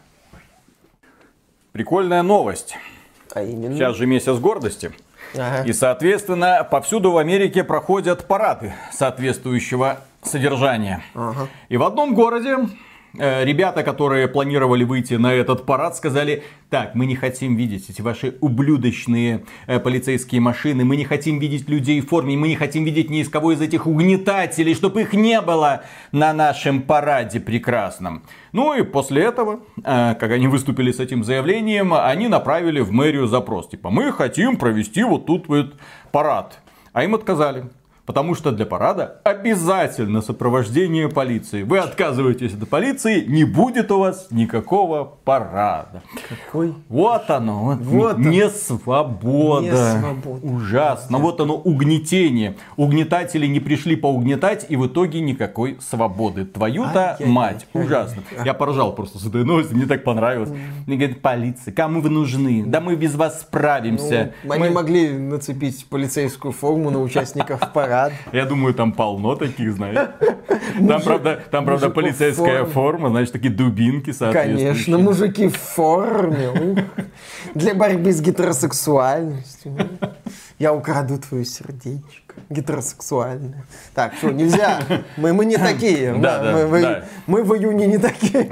Прикольная новость. А именно? Сейчас же месяц гордости. Ага. И, соответственно, повсюду в Америке проходят парады соответствующего содержания. Ага. И в одном городе ребята, которые планировали выйти на этот парад, сказали: так, мы не хотим видеть эти ваши ублюдочные полицейские машины, мы не хотим видеть людей в форме, мы не хотим видеть ни из кого из этих угнетателей, чтобы их не было на нашем параде прекрасном. Ну и после этого, как они выступили с этим заявлением, они направили в мэрию запрос. Типа, мы хотим провести вот тут вот парад. А им отказали. Потому что для парада обязательно сопровождение полиции. Вы отказываетесь от полиции, не будет у вас никакого парада. Какой? Вот оно. Вот не свобода. Не свобода. Ужасно. Вот оно, угнетение. Угнетатели не пришли поугнетать, и в итоге никакой свободы. Твою-то мать. Ужасно. Я поржал просто с этой новостью, мне так понравилось. Мне говорят: полиция, кому вы нужны? Да мы без вас справимся. Они могли нацепить полицейскую форму на участников парада. Я думаю, там полно таких, знаешь. Там, правда, полицейская форма, значит, такие дубинки соответствующие. Конечно, мужики в форме. Для борьбы с гетеросексуальностью. Я украду твое сердечко. Гетеросексуальное. Так, что, нельзя. Мы не такие. Мы в июне не такие.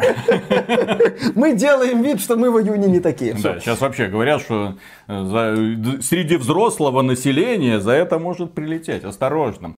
Мы делаем вид, что мы в июне не такие. Да, сейчас вообще говорят, что среди взрослого населения за это может прилететь. Осторожно.